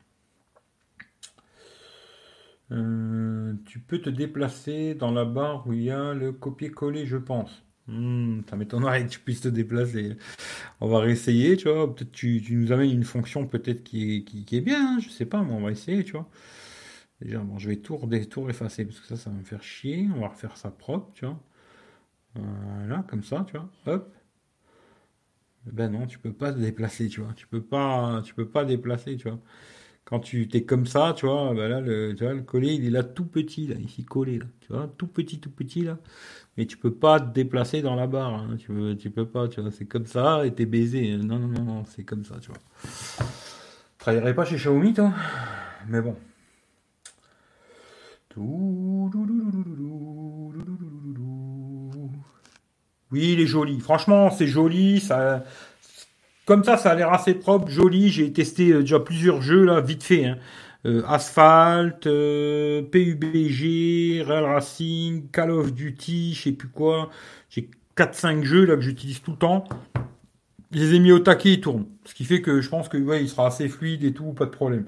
Euh, tu peux te déplacer dans la barre où il y a le copier-coller, je pense. Hmm, ça m'étonnerait que tu puisses te déplacer. On va réessayer, tu vois. Peut-être tu, tu nous amènes une fonction peut-être qui est, qui, qui est bien, hein, je sais pas, mais on va essayer, tu vois. Déjà, bon, je vais tout, redé- tout effacer parce que ça, ça va me faire chier. On va refaire ça propre, tu vois. Voilà, comme ça, tu vois. Hop. Ben non, tu peux pas te déplacer, tu vois. Tu peux pas, tu peux pas déplacer, tu vois. Quand tu t'es comme ça, tu vois, bah là, le, tu vois, le collet, il est là tout petit, là, ici collé, là, tu vois, tout petit, tout petit, là. Mais tu peux pas te déplacer dans la barre, hein, tu peux, tu peux pas, tu vois, c'est comme ça et t'es baisé. Non, non, non, non, c'est comme ça, tu vois. Travaillerais pas chez Xiaomi, toi? Mais bon. Oui, il est joli. Franchement, c'est joli. Ça, comme ça, ça a l'air assez propre, joli. J'ai testé euh, déjà plusieurs jeux là, vite fait. Hein. Euh, Asphalt, euh, P U B G, Real Racing, Call of Duty, je sais plus quoi. J'ai quatre cinq jeux là que j'utilise tout le temps. Je les ai mis au taquet, ils tournent. Ce qui fait que je pense que ouais, il sera assez fluide et tout, pas de problème.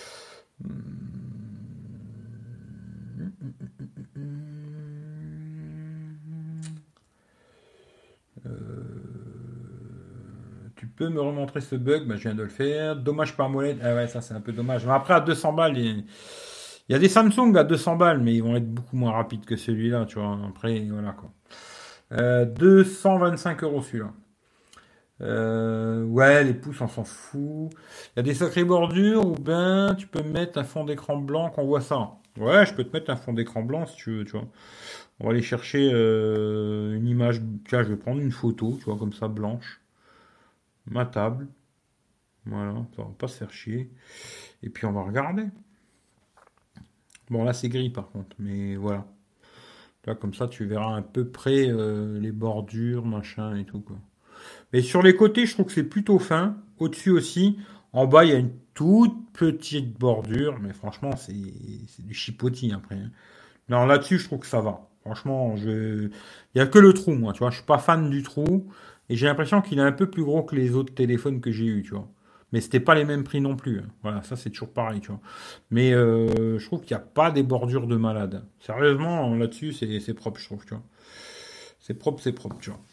Tu peux me remontrer ce bug? Bah, je viens de le faire. Dommage par molette. Ah ouais, ça c'est un peu dommage. Mais après, à deux cents balles, il il y a des Samsung à deux cents balles, mais ils vont être beaucoup moins rapides que celui-là, tu vois. Après, voilà quoi. Euh, deux cent vingt-cinq euros celui-là. Euh, ouais, les pouces, on s'en fout. Il y a des sacrées bordures ou ben tu peux mettre un fond d'écran blanc qu'on voit ça. Ouais, je peux te mettre un fond d'écran blanc si tu veux, tu vois. On va aller chercher euh, une image. Tiens, je vais prendre une photo, tu vois, comme ça, blanche. Ma table. Voilà, ça va pas se faire chier. Et puis on va regarder. Bon, là c'est gris par contre, mais voilà. Là, comme ça, tu verras à peu près euh, les bordures, machin et tout, quoi. Mais sur les côtés, je trouve que c'est plutôt fin. Au-dessus aussi. En bas, il y a une toute petite bordure. Mais franchement, c'est c'est du chipotis après, hein. Non, là-dessus, je trouve que ça va. Franchement, je... il n'y a que le trou, moi, tu vois. Je suis pas fan du trou. Et j'ai l'impression qu'il est un peu plus gros que les autres téléphones que j'ai eu, tu vois. Mais c'était pas les mêmes prix non plus, hein. Voilà, ça c'est toujours pareil, tu vois. Mais euh, je trouve qu'il n'y a pas des bordures de malade. Sérieusement, là-dessus, c'est c'est propre, je trouve, tu vois. C'est propre, c'est propre, tu vois.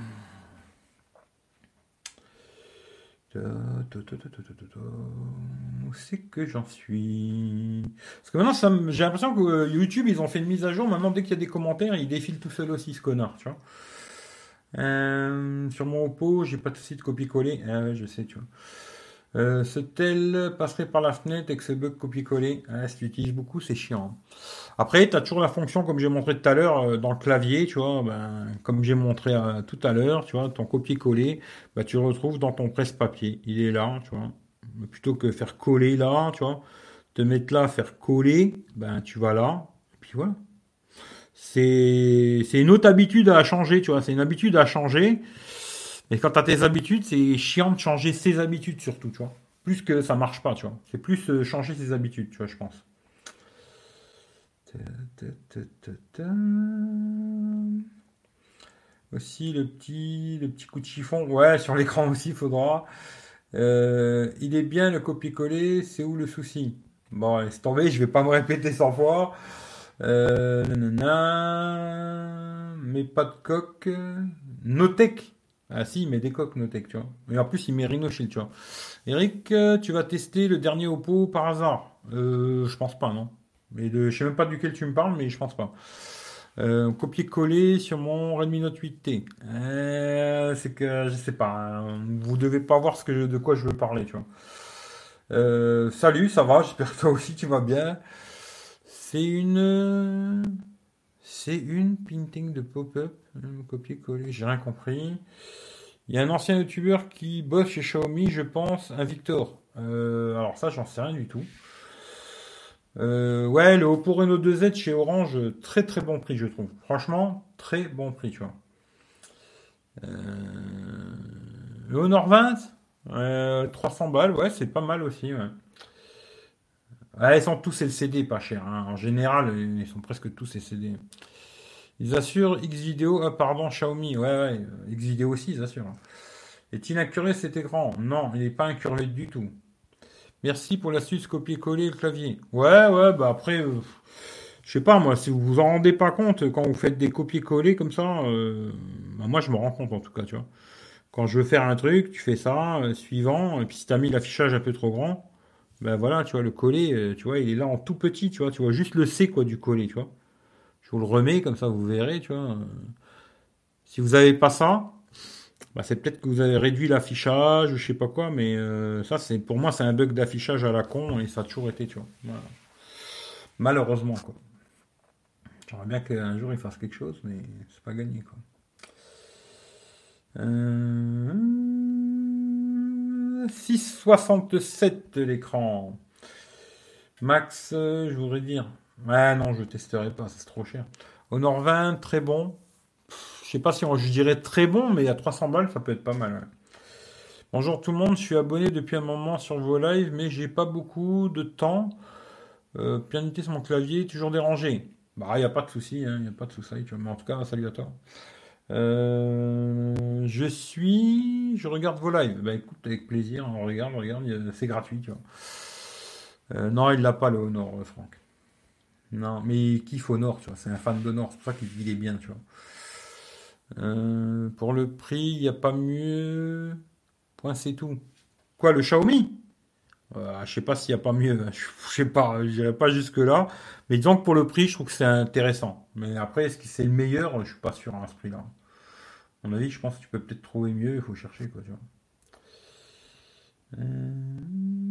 Ta, ta, ta, ta, ta, ta, ta, ta. Où c'est que j'en suis? Parce que maintenant, ça me- j'ai l'impression que euh, YouTube, ils ont fait une mise à jour. Maintenant, dès qu'il y a des commentaires, ils défilent tout seul aussi, ce connard, tu vois. Euh, sur mon Oppo, j'ai pas de souci de copier-coller. Ah ouais, je sais, tu vois. Euh, ce tel passerait par la fenêtre avec ce bug copier-coller. Ah, si tu utilises beaucoup, c'est chiant, hein. Après, tu as toujours la fonction, comme j'ai montré tout à l'heure, euh, dans le clavier, tu vois, ben, comme j'ai montré euh, tout à l'heure, tu vois, ton copier-coller, bah, tu le retrouves dans ton presse-papier. Il est là, tu vois. Mais plutôt que faire coller là, tu vois, te mettre là, faire coller, ben, tu vas là, et puis voilà. C'est, c'est une autre habitude à changer, tu vois, c'est une habitude à changer. Mais quand tu as tes habitudes, c'est chiant de changer ses habitudes surtout, tu vois. Plus que ça marche pas, tu vois. C'est plus euh, changer ses habitudes, tu vois, je pense. Ta, ta, ta, ta, ta. Aussi le petit, le petit coup de chiffon. Ouais, sur l'écran aussi, il faudra. Euh, il est bien le copier-coller, c'est où le souci? Bon, laisse tomber, je vais pas me répéter cent fois. Euh, nanana, mais pas de coque. Notech. Ah si, il met des coques Notech, tu vois. Et en plus, il met Rhinoshield, tu vois. Eric, euh, tu vas tester le dernier Oppo par hasard? Euh, je pense pas, non. Mais de, je sais même pas duquel tu me parles, mais je pense pas. Euh, copier-coller sur mon Redmi Note huit T. Euh, c'est que je sais pas, hein. Vous devez pas voir ce que je- de quoi je veux parler, tu vois. Euh, salut, ça va? J'espère que toi aussi tu vas bien. C'est une, c'est une painting de pop-up, euh, copier-coller. J'ai rien compris. Il y a un ancien youtubeur qui bosse chez Xiaomi, je pense, un Victor. Euh, alors ça, j'en sais rien du tout. Euh, ouais, le Oppo Reno deux Z chez Orange, très très bon prix, je trouve. Franchement, très bon prix, tu vois. Euh, le Honor vingt, euh, trois cents balles, ouais, c'est pas mal aussi, ouais. Ouais, ils sont tous L C D, pas cher, hein. En général, ils sont presque tous L C D. Ils assurent Xvideo, ah pardon, Xiaomi, ouais, ouais, euh, Xvideo aussi, ils assurent, hein. Est-il incurvé cet écran? Non, il n'est pas incurvé du tout. Merci pour l'astuce copier-coller le clavier. Ouais, ouais, bah après, euh, je sais pas, moi, si vous vous en rendez pas compte quand vous faites des copier-coller comme ça, euh, bah, moi je me rends compte en tout cas, tu vois. Quand je veux faire un truc, tu fais ça, euh, suivant, et puis si t'as mis l'affichage un peu trop grand, ben voilà, tu vois, le coller, euh, tu vois, il est là en tout petit, tu vois, tu vois juste le C quoi du coller, tu vois. Je vous le remets comme ça, vous verrez, tu vois. Si vous avez pas ça, bah, c'est peut-être que vous avez réduit l'affichage, ou je sais pas quoi, mais euh, ça, c'est pour moi, c'est un bug d'affichage à la con, et ça a toujours été, tu vois. Voilà. Malheureusement, quoi. J'aimerais bien qu'un jour il fasse quelque chose, mais c'est pas gagné, quoi. Euh... six virgule soixante-sept l'écran. Max, euh, je voudrais dire. Ouais, non, je testerai pas, c'est trop cher. Honor vingt, très bon. Je sais pas si on, je dirais très bon, mais à trois cents balles, ça peut être pas mal, ouais. Bonjour tout le monde, je suis abonné depuis un moment sur vos lives, mais j'ai pas beaucoup de temps. Euh, pianoter sur mon clavier, toujours dérangé. Bah, il n'y a pas de souci, il n'y a pas de souci, tu vois. Mais en tout cas, salut à toi. Euh, je suis. Je regarde vos lives. Bah écoute, avec plaisir, on regarde, on regarde, il y a- c'est gratuit, tu vois. Euh, non, il l'a pas le Honor, euh, Franck. Non, mais il kiffe Honor, tu vois. C'est un fan d'Honor, c'est pour ça qu'il il est bien, tu vois. Euh, pour le prix, il n'y a pas mieux. Point, c'est tout. Quoi, le Xiaomi? Euh, je sais pas s'il n'y a pas mieux. Je, je sais pas, je dirais pas jusque-là. Mais disons que pour le prix, je trouve que c'est intéressant. Mais après, est-ce que c'est le meilleur? Je suis pas sûr à ce prix-là. À mon avis, je pense que tu peux peut-être trouver mieux. Il faut chercher, quoi, tu vois. Euh,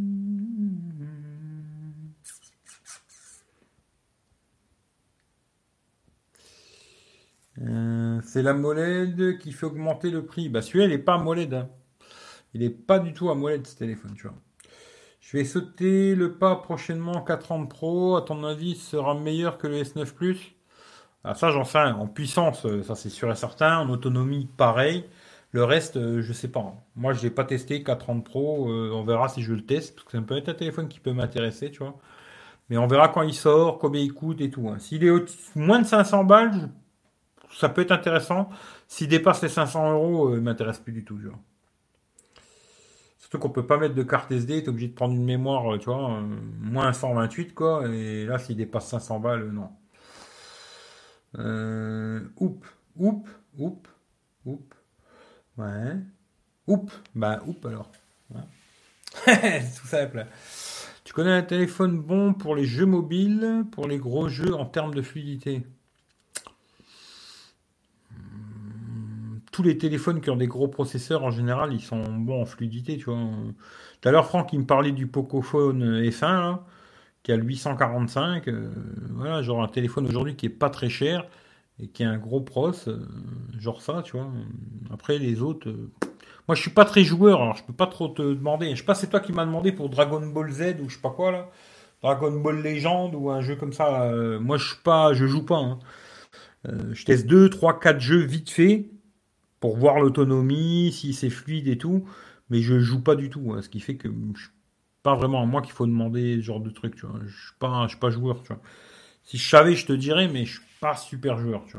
euh, c'est la AMOLED qui fait augmenter le prix. Bah, celui-là, il n'est pas AMOLED, hein. Il n'est pas du tout AMOLED, ce téléphone, tu vois. Je vais sauter le pas prochainement quatre trente Pro. À ton avis, sera meilleur que le S neuf Plus? Ah, ça, j'en sais rien. En puissance, euh, ça c'est sûr et certain. En autonomie, pareil. Le reste, euh, je sais pas, hein. Moi, je l'ai pas testé, K trente Pro. Euh, on verra si je le teste, parce que ça peut être un téléphone qui peut m'intéresser, tu vois. Mais on verra quand il sort, combien il coûte et tout, hein. S'il est au- moins de cinq cents balles, je- ça peut être intéressant. S'il dépasse les cinq cents euros, euh, il m'intéresse plus du tout, tu vois. Surtout qu'on peut pas mettre de carte S D, t'es obligé de prendre une mémoire, euh, tu vois, euh, moins cent vingt-huit, quoi. Et là, s'il dépasse cinq cents balles, euh, non. Euh, oup, oup, oup, oup. Ouais. Oup, bah oup alors. Ouais. C'est tout simple. Tu connais un téléphone bon pour les jeux mobiles, pour les gros jeux en termes de fluidité? Tous les téléphones qui ont des gros processeurs, en général, ils sont bons en fluidité, tu vois. Tout à l'heure, Franck, il me parlait du Pocophone F un, là, qui a le huit cent quarante-cinq. Euh, voilà, genre un téléphone aujourd'hui qui est pas très cher et qui a un gros pros, euh, genre ça, tu vois. Après, les autres, euh, moi, je suis pas très joueur, alors je peux pas trop te demander. Je sais pas, c'est toi qui m'as demandé pour Dragon Ball Z ou je sais pas quoi là, Dragon Ball Legend ou un jeu comme ça. Euh, moi, je suis pas, je joue pas, hein. Euh, je teste deux, trois, quatre jeux vite fait pour voir l'autonomie, si c'est fluide et tout, mais je joue pas du tout, hein, ce qui fait que je suis pas vraiment à moi qu'il faut demander ce genre de truc, tu vois. Je suis pas, je suis pas joueur, tu vois. Si je savais, je te dirais, mais je suis pas super joueur, tu vois.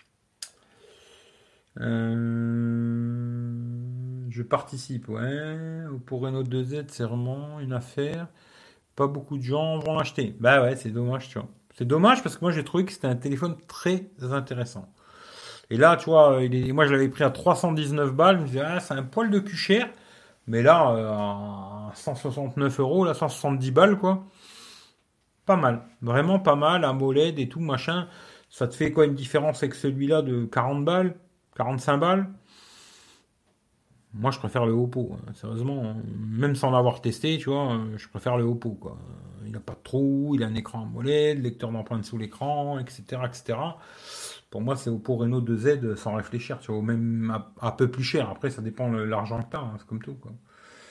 Euh, Je participe, ouais. Pour Renault deux Z, c'est vraiment une affaire. Pas beaucoup de gens vont l'acheter. Bah ouais, c'est dommage, tu vois. C'est dommage parce que moi j'ai trouvé que c'était un téléphone très intéressant. Et là, tu vois, il est- moi je l'avais pris à trois cent dix-neuf balles. Je me disais, ah, c'est un poil de cul cher. Mais là, euh, à cent soixante-neuf euros, là, cent soixante-dix balles, quoi. Pas mal. Vraiment pas mal. AMOLED et tout, machin. Ça te fait quoi une différence avec celui-là de quarante balles? quarante-cinq balles? Moi, je préfère le Oppo, hein. Sérieusement, hein. Même sans l'avoir testé, tu vois, euh, je préfère le Oppo, quoi. Il n'a pas de trou, il a un écran AMOLED, lecteur d'empreintes sous l'écran, et cetera, et cetera. Pour moi, c'est Oppo Reno deux Z sans réfléchir, tu vois, ou même un, un peu plus cher. Après, ça dépend de l'argent que tu as, c'est comme tout, quoi.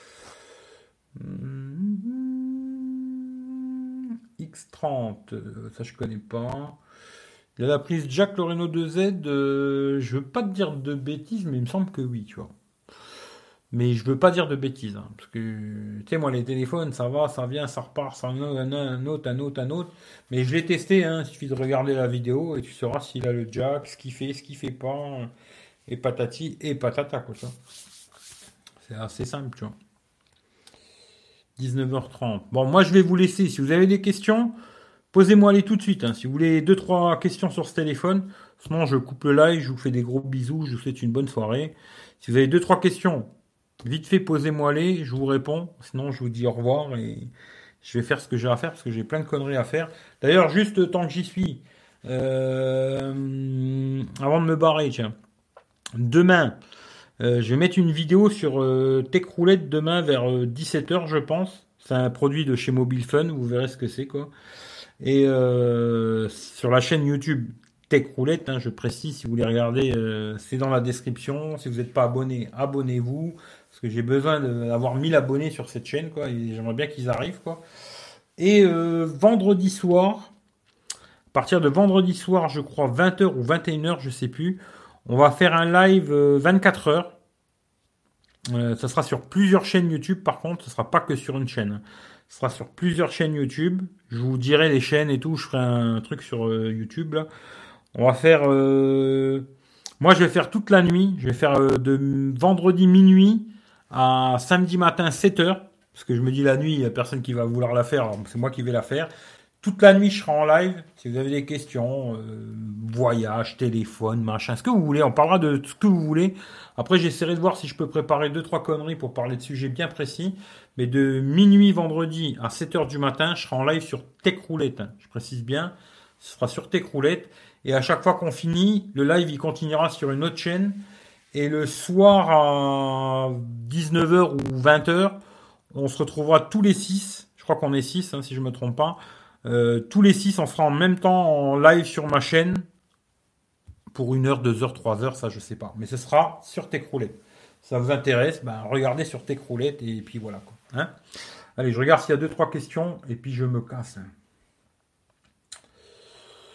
X trente, euh, ça je connais pas. Il y a la prise Jack le Reno deux Z, euh, je veux pas te dire de bêtises, mais il me semble que oui, tu vois. Mais je veux pas dire de bêtises, hein, parce que, tu sais, moi, les téléphones, ça va, ça vient, ça repart, ça en a un, un autre, un autre, un autre. Mais je l'ai testé, hein, il suffit de regarder la vidéo et tu sauras s'il a le jack, ce qu'il fait, ce qu'il fait pas, et patati et patata, quoi, ça. C'est assez simple, tu vois. dix-neuf heures trente. Bon, moi, je vais vous laisser. Si vous avez des questions, posez-moi les tout de suite, hein. Si vous voulez deux, trois questions sur ce téléphone, sinon, je coupe le live, je vous fais des gros bisous, je vous souhaite une bonne soirée. Si vous avez deux, trois questions, vite fait, posez-moi-les, je vous réponds. Sinon, je vous dis au revoir et je vais faire ce que j'ai à faire parce que j'ai plein de conneries à faire. D'ailleurs, juste tant que j'y suis, euh, avant de me barrer, tiens, demain, euh, je vais mettre une vidéo sur euh, Tech Roulette demain vers euh, dix-sept heures, je pense. C'est un produit de chez Mobile Fun, vous verrez ce que c'est, quoi. Et euh, sur la chaîne YouTube Tech Roulette, hein, je précise, si vous voulez regarder, euh, c'est dans la description. Si vous n'êtes pas abonné, abonnez-vous. Parce que j'ai besoin d'avoir mille abonnés sur cette chaîne, quoi. Et j'aimerais bien qu'ils arrivent, quoi. Et euh, vendredi soir, à partir de vendredi soir, je crois, vingt heures ou vingt et une heures, je sais plus, on va faire un live euh, vingt-quatre heures. Euh, ça sera sur plusieurs chaînes YouTube, par contre, ce sera pas que sur une chaîne. Ce sera sur plusieurs chaînes YouTube. Je vous dirai les chaînes et tout. Je ferai un truc sur euh, YouTube là. On va faire. euh, Moi, je vais faire toute la nuit. Je vais faire euh, de vendredi minuit à samedi matin sept heures. Parce que je me dis la nuit, il n'y a personne qui va vouloir la faire. Alors, c'est moi qui vais la faire. Toute la nuit, je serai en live. Si vous avez des questions, euh, voyage, téléphone, machin, ce que vous voulez, on parlera de ce que vous voulez. Après, j'essaierai de voir si je peux préparer deux, trois conneries pour parler de sujets bien précis. Mais de minuit vendredi à sept heures du matin, je serai en live sur Tech Roulette, hein. Je précise bien, ce sera sur Tech Roulette. Et à chaque fois qu'on finit, le live, il continuera sur une autre chaîne. Et le soir à dix-neuf heures ou vingt heures, on se retrouvera tous les six. Je crois qu'on est six, hein, si je me trompe pas. Euh, tous les six, on sera en même temps en live sur ma chaîne pour une heure, deux heures, trois heures, ça je sais pas. Mais ce sera sur Tech Roulette. Ça vous intéresse, ben regardez sur Tech Roulette et puis voilà, quoi. Hein. Allez, je regarde s'il y a deux, trois questions et puis je me casse.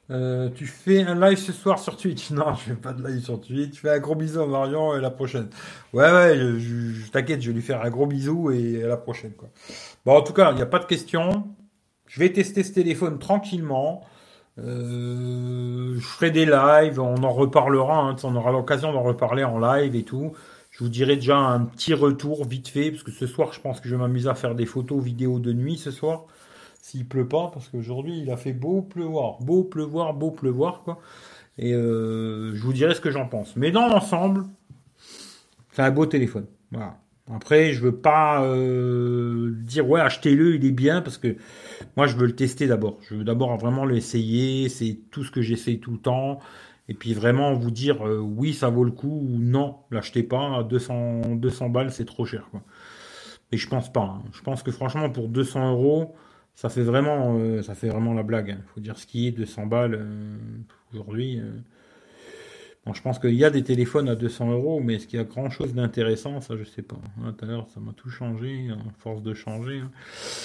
Euh, tu fais un live ce soir sur Twitch? Non, je fais pas de live sur Twitch. Je fais un gros bisou à Marion et à la prochaine. Ouais, ouais, je, je- je t'inquiète, je vais lui faire un gros bisou et à la prochaine, quoi. Bon, en tout cas, il n'y a pas de question. Je vais tester ce téléphone tranquillement. Euh, je ferai des lives, on en reparlera, hein, on aura l'occasion d'en reparler en live et tout. Je vous dirai déjà un petit retour vite fait, parce que ce soir, je pense que je vais m'amuser à faire des photos, vidéos de nuit ce soir, s'il pleut pas, parce qu'aujourd'hui, il a fait beau pleuvoir, beau pleuvoir, beau pleuvoir, quoi. Et euh, je vous dirai ce que j'en pense. Mais dans l'ensemble, c'est un beau téléphone. Voilà. Après, je veux pas euh, dire ouais, achetez-le, il est bien, parce que moi, je veux le tester d'abord. Je veux d'abord vraiment l'essayer. C'est tout ce que j'essaie tout le temps. Et puis vraiment vous dire euh, oui, ça vaut le coup ou non, l'achetez pas. À deux cents, deux cents balles, c'est trop cher, quoi. Et je pense pas, hein. Je pense que franchement, pour deux cents euros, ça fait vraiment, euh, ça fait vraiment la blague, hein. Faut dire ce qui est, deux cents balles euh, aujourd'hui. euh. Bon, je pense qu'il y a des téléphones à deux cents euros, mais est-ce qu'il y a grand chose d'intéressant? Ça, je sais pas. Hein, tout à l'heure, ça m'a tout changé, à force de changer, hein.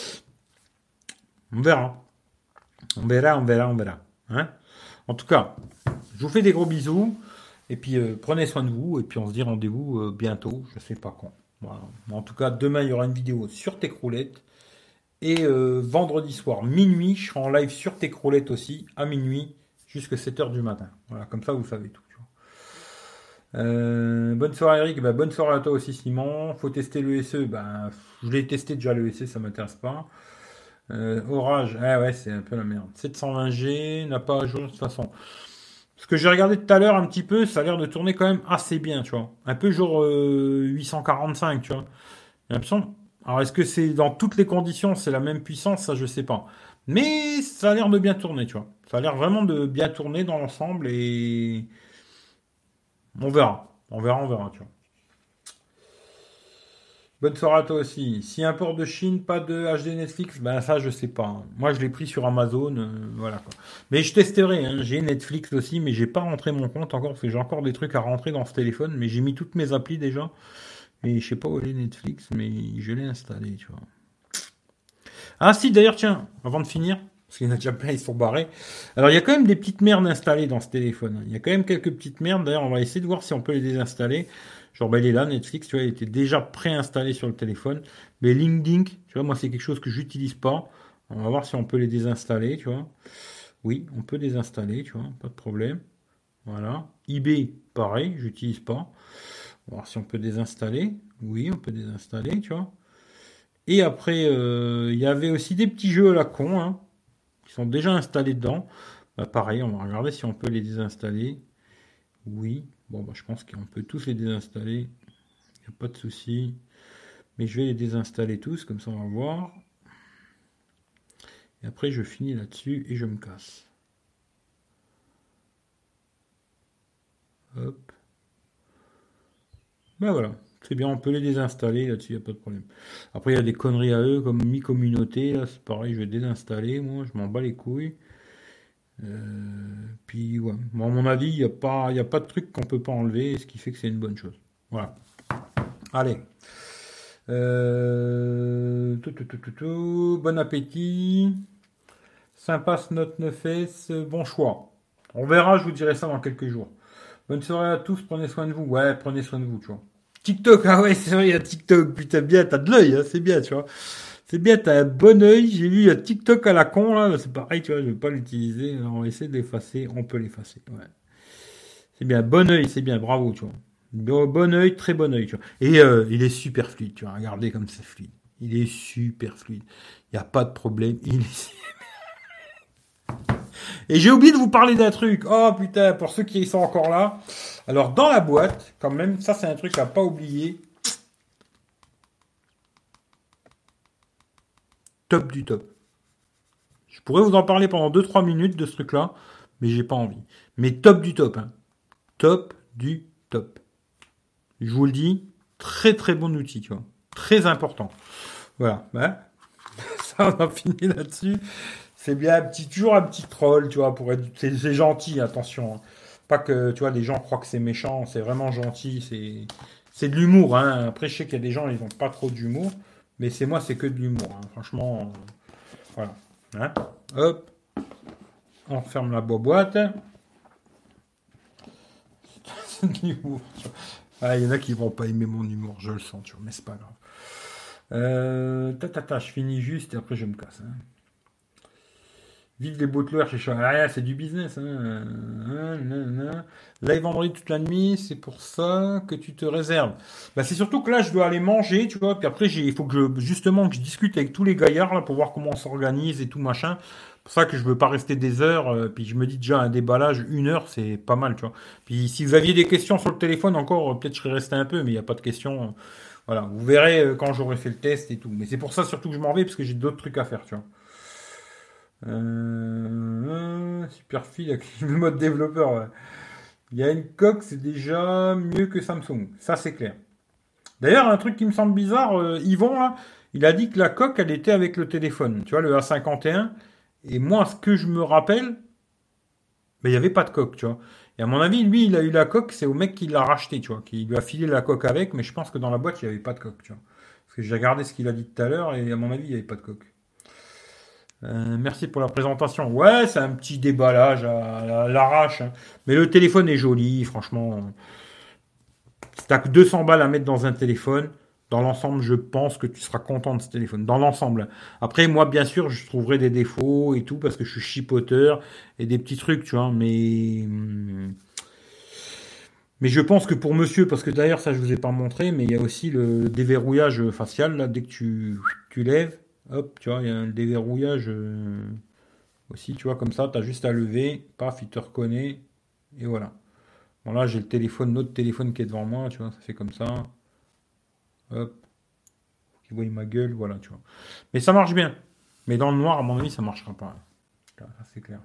On verra. On verra, on verra, on verra. Hein, en tout cas, je vous fais des gros bisous. Et puis, euh, prenez soin de vous. Et puis, on se dit rendez-vous euh, bientôt. Je sais pas quand. Voilà. En tout cas, demain, il y aura une vidéo sur Techroulette. Et euh, vendredi soir, minuit, je serai en live sur Techroulette aussi, à minuit, jusqu'à sept heures du matin. Voilà, comme ça, vous savez tout. Tu vois. Euh, bonne soirée, Eric. Bah, bonne soirée à toi aussi, Simon. Faut tester le S E. Bah, je l'ai testé déjà, le S E, ça m'intéresse pas. Euh, Orage, ah ouais, c'est un peu la merde. sept cent vingt G, n'a pas à jour de toute façon. Ce que j'ai regardé tout à l'heure un petit peu, ça a l'air de tourner quand même assez bien, tu vois. Un peu genre euh, huit cent quarante-cinq, tu vois. J'ai l'impression. Alors est-ce que c'est dans toutes les conditions, c'est la même puissance, ça je sais pas. Mais ça a l'air de bien tourner, tu vois. Ça a l'air vraiment de bien tourner dans l'ensemble et on verra. On verra, on verra, tu vois. Bonne soirée à toi aussi. Si un port de Chine, pas de H D Netflix, ben ça je sais pas, hein. Moi je l'ai pris sur Amazon, euh, voilà quoi. Mais je testerai, hein. J'ai Netflix aussi, mais j'ai pas rentré mon compte encore parce que j'ai encore des trucs à rentrer dans ce téléphone, mais j'ai mis toutes mes applis déjà. Et je sais pas où est Netflix, mais je l'ai installé, tu vois. Ah si, d'ailleurs tiens, avant de finir, parce qu'il y en a déjà plein, ils sont barrés. Alors il y a quand même des petites merdes installées dans ce téléphone, hein. Il y a quand même quelques petites merdes. D'ailleurs, on va essayer de voir si on peut les désinstaller. Genre, ben, il est là, Netflix, tu vois, il était déjà préinstallé sur le téléphone. Mais LinkedIn, tu vois, moi, c'est quelque chose que j'utilise pas. On va voir si on peut les désinstaller, tu vois. Oui, on peut désinstaller, tu vois, pas de problème. Voilà. eBay, pareil, j'utilise pas. On va voir si on peut désinstaller. Oui, on peut désinstaller, tu vois. Et après, euh, il y avait aussi des petits jeux à la con, hein, qui sont déjà installés dedans. Bah, pareil, on va regarder si on peut les désinstaller. Oui. Bon, bah, je pense qu'on peut tous les désinstaller. Il n'y a pas de souci. Mais je vais les désinstaller tous, comme ça on va voir. Et après je finis là-dessus et je me casse. Hop. Ben voilà. C'est bien, on peut les désinstaller là-dessus, il n'y a pas de problème. Après il y a des conneries à eux, comme mi communauté, là c'est pareil, je vais désinstaller, moi je m'en bats les couilles. Euh, puis ouais. Bon, à mon avis, il n'y a, pas- il y a pas de truc qu'on peut pas enlever, ce qui fait que c'est une bonne chose. Voilà. Allez. Euh, tout, tout, tout, tout, tout. Bon appétit. Sympa ce Note neuf S, bon choix. On verra, je vous dirai ça dans quelques jours. Bonne soirée à tous, prenez soin de vous. Ouais, prenez soin de vous, tu vois. TikTok, ah ouais, c'est vrai, il y a TikTok. Putain, bien, t'as de l'œil, hein, c'est bien, tu vois. C'est bien, t'as un bon œil. J'ai vu, il y a TikTok à la con, là. C'est pareil, tu vois, je vais pas l'utiliser. Alors, on va essayer de l'effacer. On peut l'effacer, ouais. C'est bien, bon œil, c'est bien, bravo, tu vois. Bon, bon œil, très bon œil, tu vois. Et euh, il est super fluide, tu vois. Regardez comme c'est fluide. Il est super fluide. Il n'y a pas de problème. Il est Et j'ai oublié de vous parler d'un truc. Oh putain, pour ceux qui sont encore là. Alors dans la boîte, quand même, ça c'est un truc à pas oublier. Top du top. Je pourrais vous en parler pendant deux trois minutes de ce truc-là, mais j'ai pas envie. Mais top du top, hein. Top du top. Je vous le dis, très très bon outil, tu vois. Très important. Voilà. Ouais. Ça, on a fini là-dessus. C'est bien un petit, toujours un petit troll, tu vois, pour être, c'est, c'est gentil, attention, hein. Pas que, tu vois, les gens croient que c'est méchant, c'est vraiment gentil, c'est, c'est de l'humour, hein. Après, je sais qu'il y a des gens, ils ont pas trop d'humour, mais c'est moi, c'est que de l'humour, hein. Franchement, euh, voilà. Hein, hop, on ferme la boîte. C'est de l'humour. Ah, il y en a qui vont pas aimer mon humour, je le sens, tu vois, mais c'est pas grave. Euh, ta, ta, ta, je finis juste et après je me casse. Hein. Vive les bottlers chez Charles. Ah, c'est du business. Hein. Live vendredi toute la nuit, c'est pour ça que tu te réserves. Bah, c'est surtout que là, je dois aller manger, tu vois. Puis après, j'ai, il faut que je, justement, que je discute avec tous les gaillards là pour voir comment on s'organise et tout machin. C'est pour ça que je veux pas rester des heures. euh, puis je me dis déjà un déballage, une heure, c'est pas mal, tu vois. Puis si vous aviez des questions sur le téléphone encore, euh, peut-être je serais resté un peu, mais il n'y a pas de questions. euh, Voilà, vous verrez euh, quand j'aurai fait le test et tout. Mais c'est pour ça surtout que je m'en vais parce que j'ai d'autres trucs à faire, tu vois. Euh, Superfil avec le mode développeur. Ouais. Il y a une coque, c'est déjà mieux que Samsung. Ça, c'est clair. D'ailleurs, un truc qui me semble bizarre, euh, Yvon, là, il a dit que la coque, elle était avec le téléphone. Tu vois, le A cinquante et un. Et moi, ce que je me rappelle, ben, il n'y avait pas de coque, tu vois. Et à mon avis, lui, il a eu la coque, c'est au mec qui l'a racheté, tu vois, qui lui a filé la coque avec, mais je pense que dans la boîte, il n'y avait pas de coque, tu vois. Parce que j'ai regardé ce qu'il a dit tout à l'heure, et à mon avis, il n'y avait pas de coque. Euh, merci pour la présentation. Ouais, c'est un petit déballage à, à l'arrache. Hein. Mais le téléphone est joli, franchement. Si t'as que deux cents balles à mettre dans un téléphone, dans l'ensemble, je pense que tu seras content de ce téléphone. Dans l'ensemble. Après, moi, bien sûr, je trouverai des défauts et tout, parce que je suis chipoteur et des petits trucs, tu vois. Mais, mais je pense que pour monsieur, parce que d'ailleurs, ça, je vous ai pas montré, mais il y a aussi le déverrouillage facial, là, dès que tu, tu lèves, hop, tu vois, il y a un déverrouillage. euh, Aussi, tu vois, comme ça, tu as juste à lever, paf, il te reconnaît, et voilà. Bon, là, j'ai le téléphone, notre téléphone qui est devant moi, tu vois, ça fait comme ça, hop, il voit ma gueule, voilà, tu vois. Mais ça marche bien. Mais dans le noir, à mon avis, ça marchera pas. Ça, c'est clair.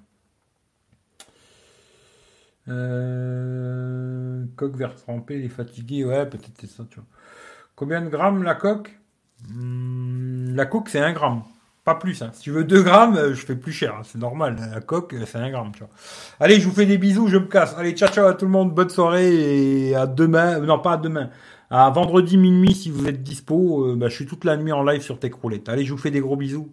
Euh... Coque vert trempé, il est fatigué, ouais, peut-être c'est ça, tu vois. Combien de grammes la coque? Hmm, La coque, c'est un gramme. Pas plus. Hein. Si tu veux deux grammes, euh, je fais plus cher. Hein. C'est normal. La coque, euh, c'est un gramme. Tu vois. Allez, je vous fais des bisous. Je me casse. Allez, ciao, ciao à tout le monde. Bonne soirée. Et à demain. euh, Non, pas à demain. À vendredi minuit, si vous êtes dispo. euh, bah, je suis toute la nuit en live sur Techroulette. Allez, je vous fais des gros bisous.